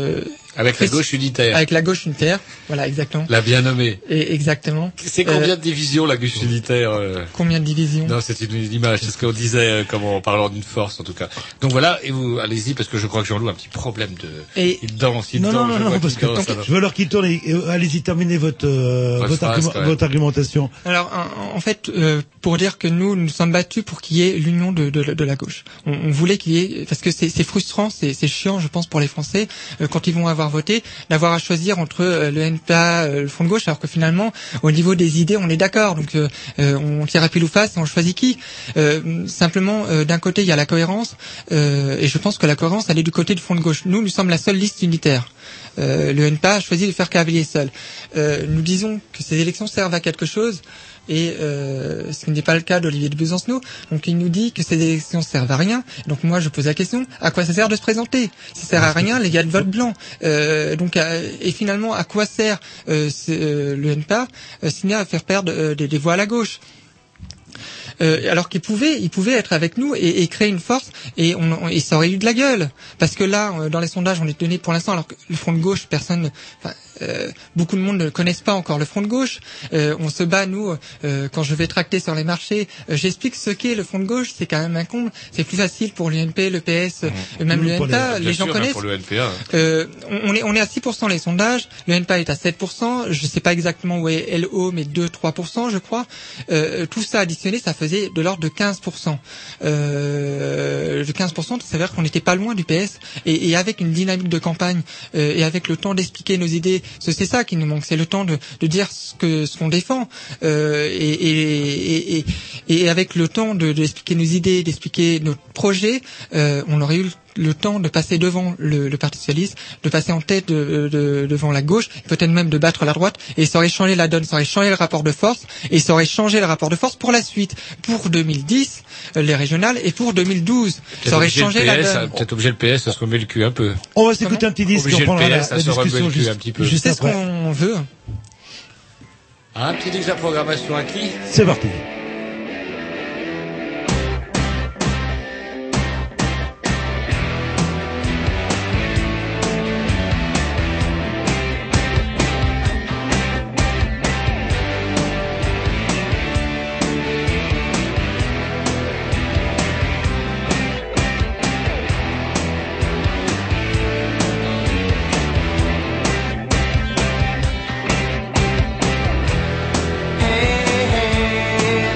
Avec la gauche unitaire. Avec la gauche unitaire, voilà, exactement. La bien nommée. Et exactement. C'est combien de divisions, la gauche unitaire Combien de divisions? Non, c'est une image, c'est ce qu'on disait, en parlant d'une force, en tout cas. Donc voilà, et vous, allez-y, parce que je crois que Jean-Loup a un petit problème il danse, non, parce que je veux leur qu'il tourne et allez-y, terminez votre argumentation. Alors, en fait, pour dire que nous sommes battus pour qu'il y ait l'union de la gauche. On voulait qu'il y ait, parce que c'est frustrant, c'est chiant, je pense, pour les Français, quand ils vont avoir voté, d'avoir à choisir entre le NPA, le Front de gauche, alors que finalement, au niveau des idées, on est d'accord. Donc, on tire à pile ou face et on choisit qui. Simplement, d'un côté, il y a la cohérence, et je pense que la cohérence, elle est du côté du Front de gauche. Nous sommes la seule liste unitaire. Le NPA a choisi de faire cavalier seul. Nous disons que ces élections servent à quelque chose, et ce qui n'est pas le cas d'Olivier de Besancenot. Donc il nous dit que ces élections servent à rien. Donc moi je pose la question, à quoi ça sert de se présenter? Ça sert à rien, les gars de vote blanc. Et finalement, à quoi sert le NPA sinon à faire perdre des voix à la gauche? Alors qu'il pouvait être avec nous et créer une force, et ça aurait eu de la gueule, parce que là, dans les sondages, on est donné pour l'instant, alors que le Front de gauche, beaucoup de monde ne connaissent pas encore le Front de gauche. On se bat, nous, quand je vais tracter sur les marchés, j'explique ce qu'est le Front de gauche. C'est quand même un comble. C'est plus facile pour l'UNP, le PS, même le NPA. Les gens connaissent. Pour le NPA. On est à 6% les sondages. Le NPA est à 7%. Je sais pas exactement où est LO, mais 2-3%, je crois. Tout ça additionné, ça faisait de l'ordre de 15%. De 15%, ça veut dire qu'on n'était pas loin du PS. Et avec une dynamique de campagne, et avec le temps d'expliquer nos idées, c'est ça qui nous manque, c'est le temps de dire ce qu'on défend, et avec le temps d'expliquer nos idées, d'expliquer notre projet, on aurait eu le temps de passer devant le Parti socialiste, de passer en tête devant la gauche, peut-être même de battre la droite, et ça aurait changé la donne, ça aurait changé le rapport de force, et ça aurait changé le rapport de force pour la suite, pour 2010, les régionales, et pour 2012. Ça aurait changé la donne. Peut-être obligé le PS à se remettre le cul un peu. On va s'écouter un petit disque, obligé on prendra le la PS à se remettre discussion le cul un petit peu. C'est ce qu'on veut. Un petit disque de la programmation à qui? C'est parti. Hey, hey,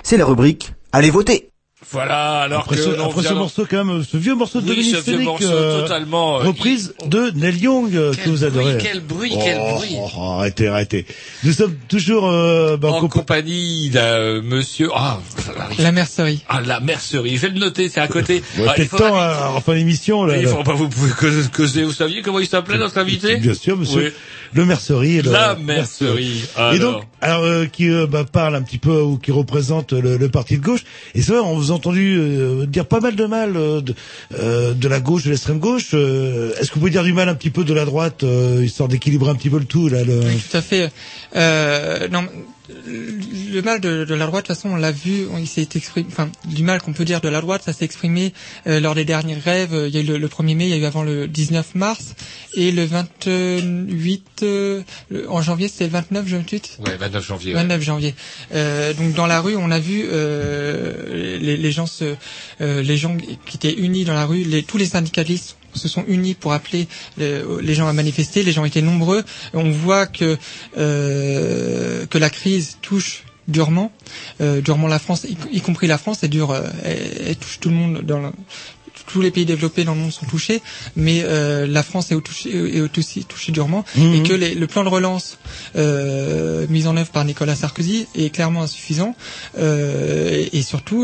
c'est la rubrique « Allez voter ». Voilà, alors après que ce morceau quand même, ce vieux morceau de Dominique Sénic, totalement reprise de Neil Young que vous adorez. Quel bruit. Arrêtez. Nous sommes toujours en compagnie d'un monsieur. La mercerie. La mercerie. Je vais le noter, c'est à côté. Peut-être temps en fin d'émission. Vous pouvez causer. Vous saviez comment il s'appelait notre invité? Bien sûr, monsieur. Oui. Le mercerie. La mercerie. Et donc, qui parle un petit peu ou qui représente le parti de gauche. Et c'est vrai, on vous a entendu dire pas mal de mal de la gauche, de l'extrême gauche. Est-ce que vous pouvez dire du mal un petit peu de la droite, histoire d'équilibrer un petit peu le tout là? Oui, tout à fait. Non. Le mal de la droite, de toute façon, on l'a vu, il s'est exprimé, du mal qu'on peut dire de la droite, ça s'est exprimé lors des dernières grèves. Il y a eu le 1er mai, il y a eu avant le 19 mars, et le 28, en janvier, c'était le 29, 28? Ouais, 29 janvier. 29 janvier. Donc dans la rue, on a vu les gens qui étaient unis dans la rue, tous les syndicalistes se sont unis pour appeler les gens à manifester. Les gens étaient nombreux. On voit que la crise touche durement la France, y compris la France, elle touche tout le monde tous les pays développés dans le monde sont touchés, mais la France est aussi touchée durement, et que le plan de relance mis en œuvre par Nicolas Sarkozy est clairement insuffisant, et surtout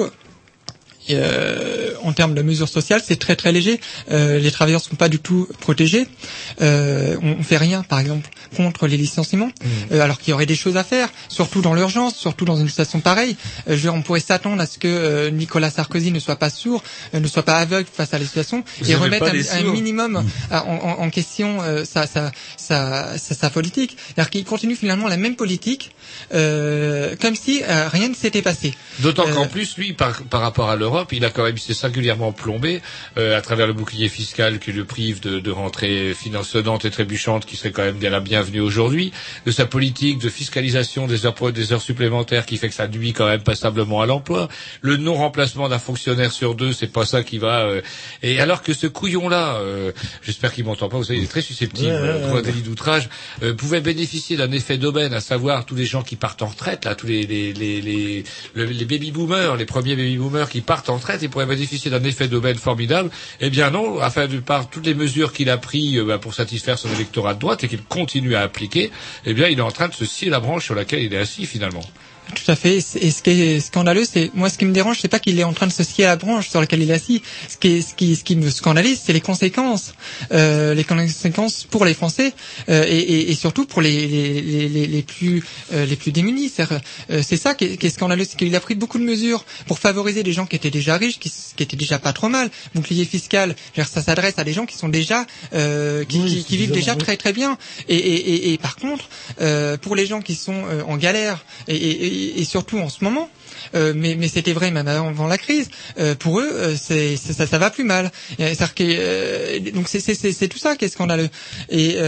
en termes de mesures sociales, c'est très très léger. Les travailleurs sont pas du tout protégés. On fait rien, par exemple, contre les licenciements, alors qu'il y aurait des choses à faire, surtout dans l'urgence, surtout dans une situation pareille. On pourrait s'attendre à ce que Nicolas Sarkozy ne soit pas sourd, ne soit pas aveugle face à la situation, et remettre un minimum en question sa politique. C'est-à-dire qu'il continue finalement la même politique, comme si rien ne s'était passé. D'autant qu'en plus, lui, par rapport à l'Europe, il a quand même s'est singulièrement plombé à travers le bouclier fiscal qui le prive de rentrées finances sonnantes et trébuchantes qui serait quand même bien la bienvenue aujourd'hui, de sa politique de fiscalisation des heures supplémentaires qui fait que ça nuit quand même passablement à l'emploi, le non-remplacement d'un fonctionnaire sur deux, c'est pas ça qui va et alors que ce couillon-là, j'espère qu'il m'entend pas, vous savez, il est très susceptible, droit délit d'outrage, pouvait bénéficier d'un effet d'aubaine, à savoir tous les gens qui partent en retraite, là, tous les baby-boomers, les premiers baby-boomers qui partent en retraite, il pourrait bénéficier d'un effet d'aubaine formidable. Eh bien non, afin de par toutes les mesures qu'il a prises pour satisfaire son électorat de droite et qu'il continue à appliquer, eh bien il est en train de se scier la branche sur laquelle il est assis finalement. Tout à fait. Et ce qui est scandaleux, c'est, moi, ce qui me dérange, c'est pas qu'il est en train de se scier à la branche sur laquelle il est assis. Ce qui me scandalise, c'est les conséquences pour les Français, et surtout pour les plus démunis. C'est ça qui est scandaleux, c'est qu'il a pris beaucoup de mesures pour favoriser des gens qui étaient déjà riches, qui étaient déjà pas trop mal. Bouclier fiscal, ça s'adresse à des gens qui sont déjà, qui vivent déjà très très bien. Et par contre, pour les gens qui sont en galère, et surtout en ce moment, mais c'était vrai même avant la crise, pour eux ça va plus mal. Donc c'est tout ça qui est scandaleux. Et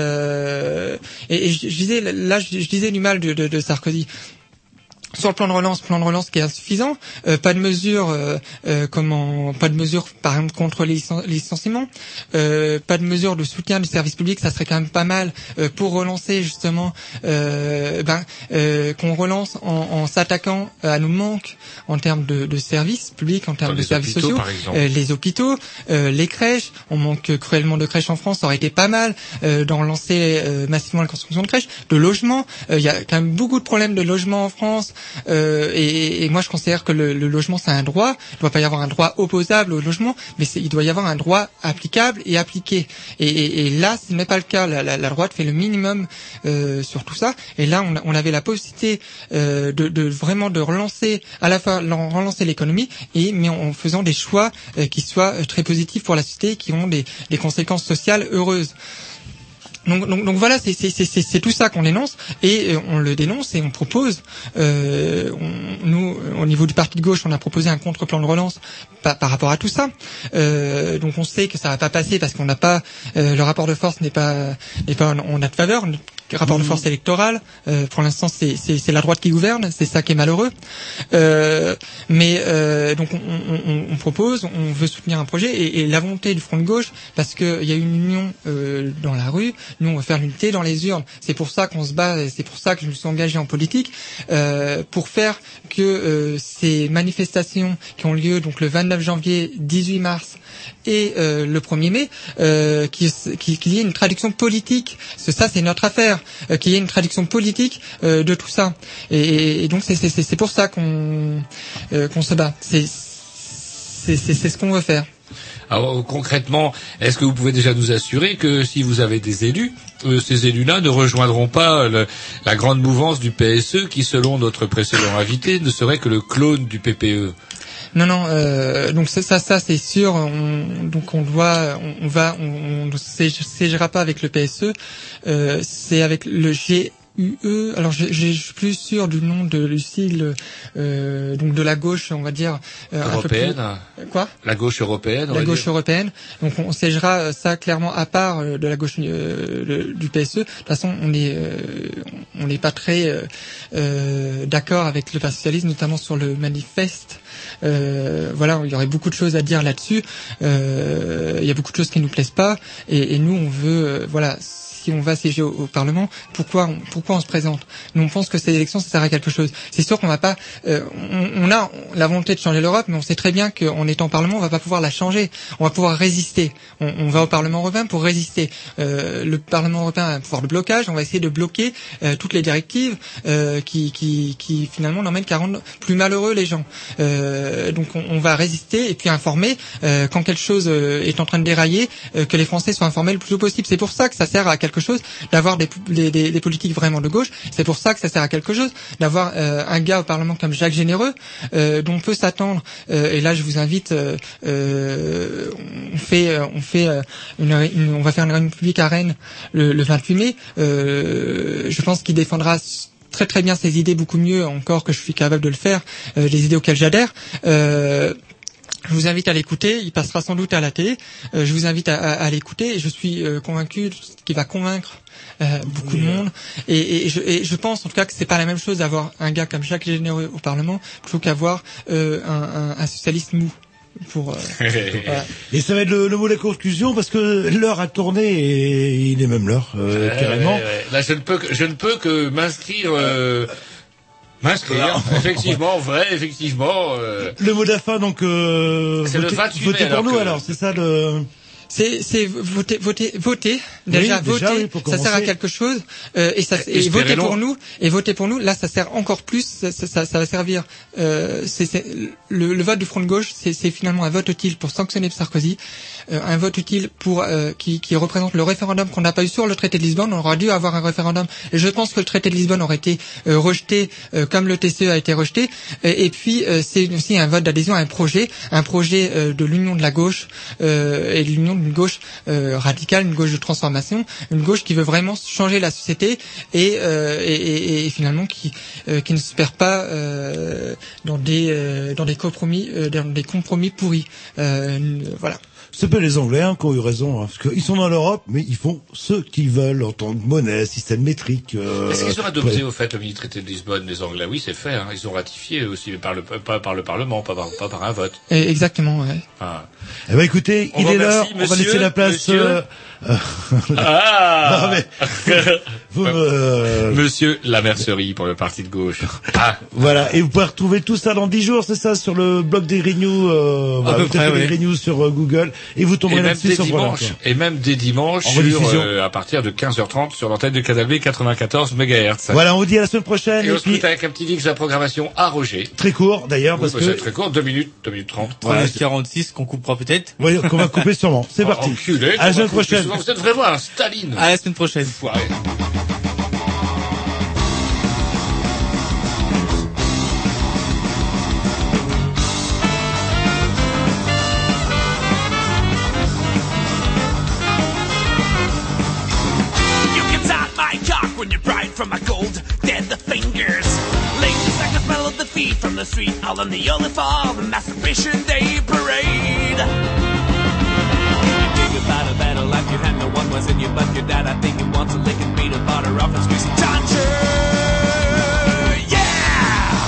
je disais du mal de Sarkozy. Sur le plan de relance qui est insuffisant, pas de mesures par exemple contre les licenciements, pas de mesures de soutien du service public, ça serait quand même pas mal pour relancer justement qu'on relance en s'attaquant à nos manques en termes de services publics, en termes de services sociaux, les hôpitaux, les crèches, on manque cruellement de crèches en France, ça aurait été pas mal d'en relancer massivement la construction de crèches, de logements, il y a quand même beaucoup de problèmes de logement en France. Et moi je considère que le logement c'est un droit. Il ne doit pas y avoir un droit opposable au logement, mais il doit y avoir un droit applicable et appliqué. Et là ce n'est pas le cas. La droite fait le minimum sur tout ça. Et là on avait la possibilité de vraiment de relancer à la fois relancer l'économie, mais en faisant des choix qui soient très positifs pour la société, qui ont des conséquences sociales heureuses. Donc voilà, c'est tout ça qu'on dénonce, et on le dénonce et on propose. Nous, au niveau du parti de gauche, on a proposé un contre-plan de relance par rapport à tout ça. Donc on sait que ça va pas passer parce qu'on n'a pas le rapport de force n'est pas en notre faveur. rapport de force électorale. Pour l'instant, c'est la droite qui gouverne, c'est ça qui est malheureux. Donc on propose, on veut soutenir un projet et la volonté du Front de gauche, parce que il y a une union dans la rue. Nous, on veut faire l'unité dans les urnes. C'est pour ça qu'on se bat. Et c'est pour ça que je me suis engagé en politique pour faire que ces manifestations qui ont lieu donc le 29 janvier, 18 mars et le 1er mai, qu'il y ait une traduction politique. Ça, c'est notre affaire. Qu'il y ait une traduction politique de tout ça. Et donc c'est pour ça qu'on se bat. C'est ce qu'on veut faire. Alors concrètement, est-ce que vous pouvez déjà nous assurer que si vous avez des élus, ces élus-là ne rejoindront pas la grande mouvance du PSE qui, selon notre précédent invité, ne serait que le clone du PPE? Non, donc ça c'est sûr. On ne siégera pas avec le PSE. C'est avec le GUE. Alors je suis plus sûr du nom de Lucille, donc de la gauche, on va dire européenne. Quoi? La gauche européenne. La gauche européenne. Donc on siégera ça clairement à part de la gauche du PSE. De toute façon, on n'est pas très d'accord avec le Parti socialiste, notamment sur le manifeste. Voilà, il y aurait beaucoup de choses à dire là-dessus. Il y a beaucoup de choses qui nous plaisent pas, et nous on veut voilà. Si on va siéger au Parlement, pourquoi on se présente? Nous, on pense que ces élections, ça sert à quelque chose. C'est sûr qu'on va pas, on a la volonté de changer l'Europe, mais on sait très bien qu'en étant au Parlement, on va pas pouvoir la changer. On va pouvoir résister. On va au Parlement européen pour résister. Le Parlement européen a un pouvoir de blocage. On va essayer de bloquer toutes les directives qui finalement n'emmènent qu'à rendre plus malheureux les gens. Donc on va résister et puis informer quand quelque chose est en train de dérailler, que les Français soient informés le plus tôt possible. C'est pour ça que ça sert à quelque chose d'avoir des politiques vraiment de gauche. C'est pour ça que ça sert à quelque chose d'avoir un gars au Parlement comme Jacques Généreux, dont on peut s'attendre. Et là, je vous invite. On va faire une réunion publique à Rennes le 28 mai. Je pense qu'il défendra très très bien ses idées, beaucoup mieux encore que je suis capable de le faire. Les idées auxquelles j'adhère. Je vous invite à l'écouter, il passera sans doute à la télé. Je vous invite à l'écouter et je suis convaincu qu'il va convaincre beaucoup de monde. Et je pense en tout cas que c'est pas la même chose d'avoir un gars comme Jacques Généreux au Parlement plutôt qu'avoir un socialiste mou. Voilà. Et ça va être le mot de la conclusion parce que l'heure a tourné et il est même l'heure carrément. Ouais. Là, je ne peux que m'inscrire. Effectivement, effectivement. Le mot de la fin, donc, c'est le 28 mai. Votez pour nous, alors, c'est ça le... C'est voter. Déjà, voter, ça sert à quelque chose, et voter pour nous, là, ça sert encore plus, ça va servir, le vote du Front de gauche, c'est finalement un vote utile pour sanctionner Sarkozy, un vote utile pour, qui représente le référendum qu'on n'a pas eu sur le traité de Lisbonne. On aurait dû avoir un référendum, et je pense que le traité de Lisbonne aurait été, rejeté, comme le TCE a été rejeté, et puis, c'est aussi un vote d'adhésion à un projet de l'union de la gauche, et de l'union d'une gauche radicale, une gauche de transformation, une gauche qui veut vraiment changer la société et finalement qui ne se perd pas dans des compromis pourris. Voilà. C'est pas les Anglais qui ont eu raison, parce qu'ils sont dans l'Europe, mais ils font ce qu'ils veulent en tant que monnaie, système métrique. Est-ce qu'ils ont adopté au fait le mini-traité de Lisbonne, les Anglais? Oui, c'est fait. Ils ont ratifié aussi, mais pas par le Parlement, pas par un vote. Exactement, ouais. Ah. Eh ben écoutez, il est l'heure, on va laisser la place. Monsieur la mercerie pour le parti de gauche. Voilà, et vous pouvez retrouver tout ça dans 10 jours, c'est ça, sur le blog des Grignoux, les Grignoux sur Google, et vous tomberez là-dessus sur dimanche. Et même des dimanches à partir de 15h30 sur l'antenne de Canal B 94 MHz. Voilà, on vous dit à la semaine prochaine. Et on se quitte avec un petit X de la programmation à Roger. Très court d'ailleurs, parce que c'est très court, 2 minutes 30. Voilà, 46 qu'on coupera peut-être. Oui, qu'on va couper sûrement. C'est parti. Enculé, à la semaine prochaine. Vous êtes vraiment un Staline. À la semaine prochaine. Foiré. When you're bright from my gold, dead the fingers. Ladies, I can smell the feet from the street, all in the early fall, the masturbation day parade. You think about a better life you had, no one was in your butt, your dad, I think he wants a lick and beat a butter off. often squeezing tonsure. Yeah!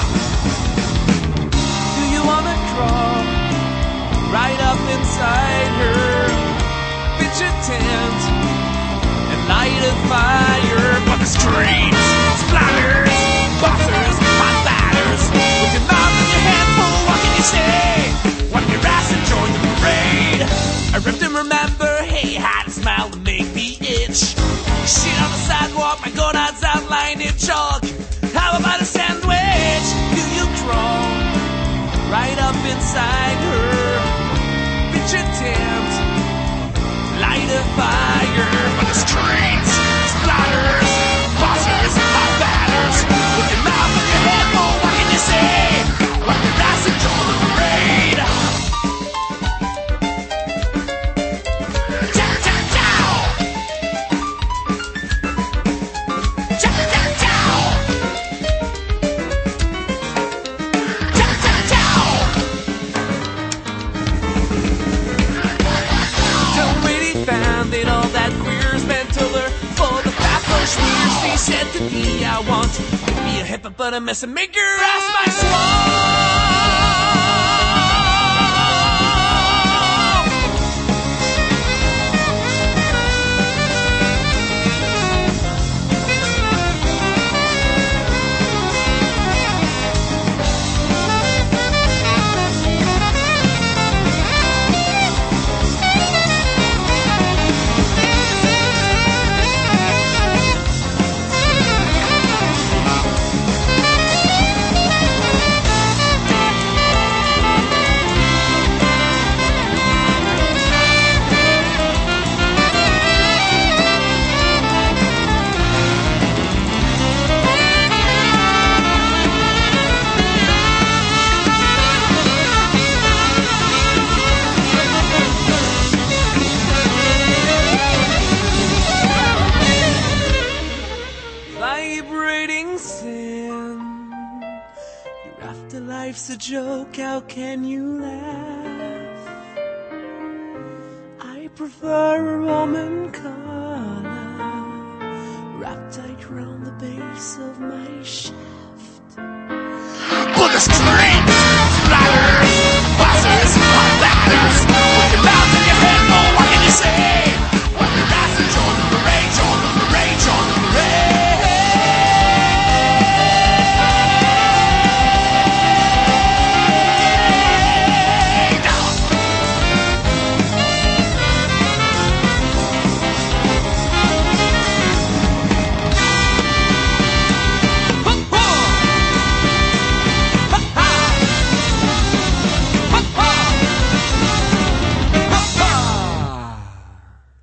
Do you wanna crawl right up inside her? Pitch a tent and light a fire. But the streets, splatters, bossers, hot batters. With your mouth and your hand full, what can you say? Wipe your ass and join the parade. I ripped and remember, hey, how to smile to make me itch. Shit on the sidewalk, my gonads outlined in chalk. How about a sandwich? Do you crawl right up inside her? Pitch a tent, light a fire. But the streets, splatters, bossers, hot batters. With your mouth and your head full, what can you say? Wipe your ass and join the parade. She said to me, I want to be a hippopotamus and make your ass my swamp. Vibrating sin. Your afterlife's a joke, how can you laugh? I prefer a Roman collar wrapped tight round the base of my shaft.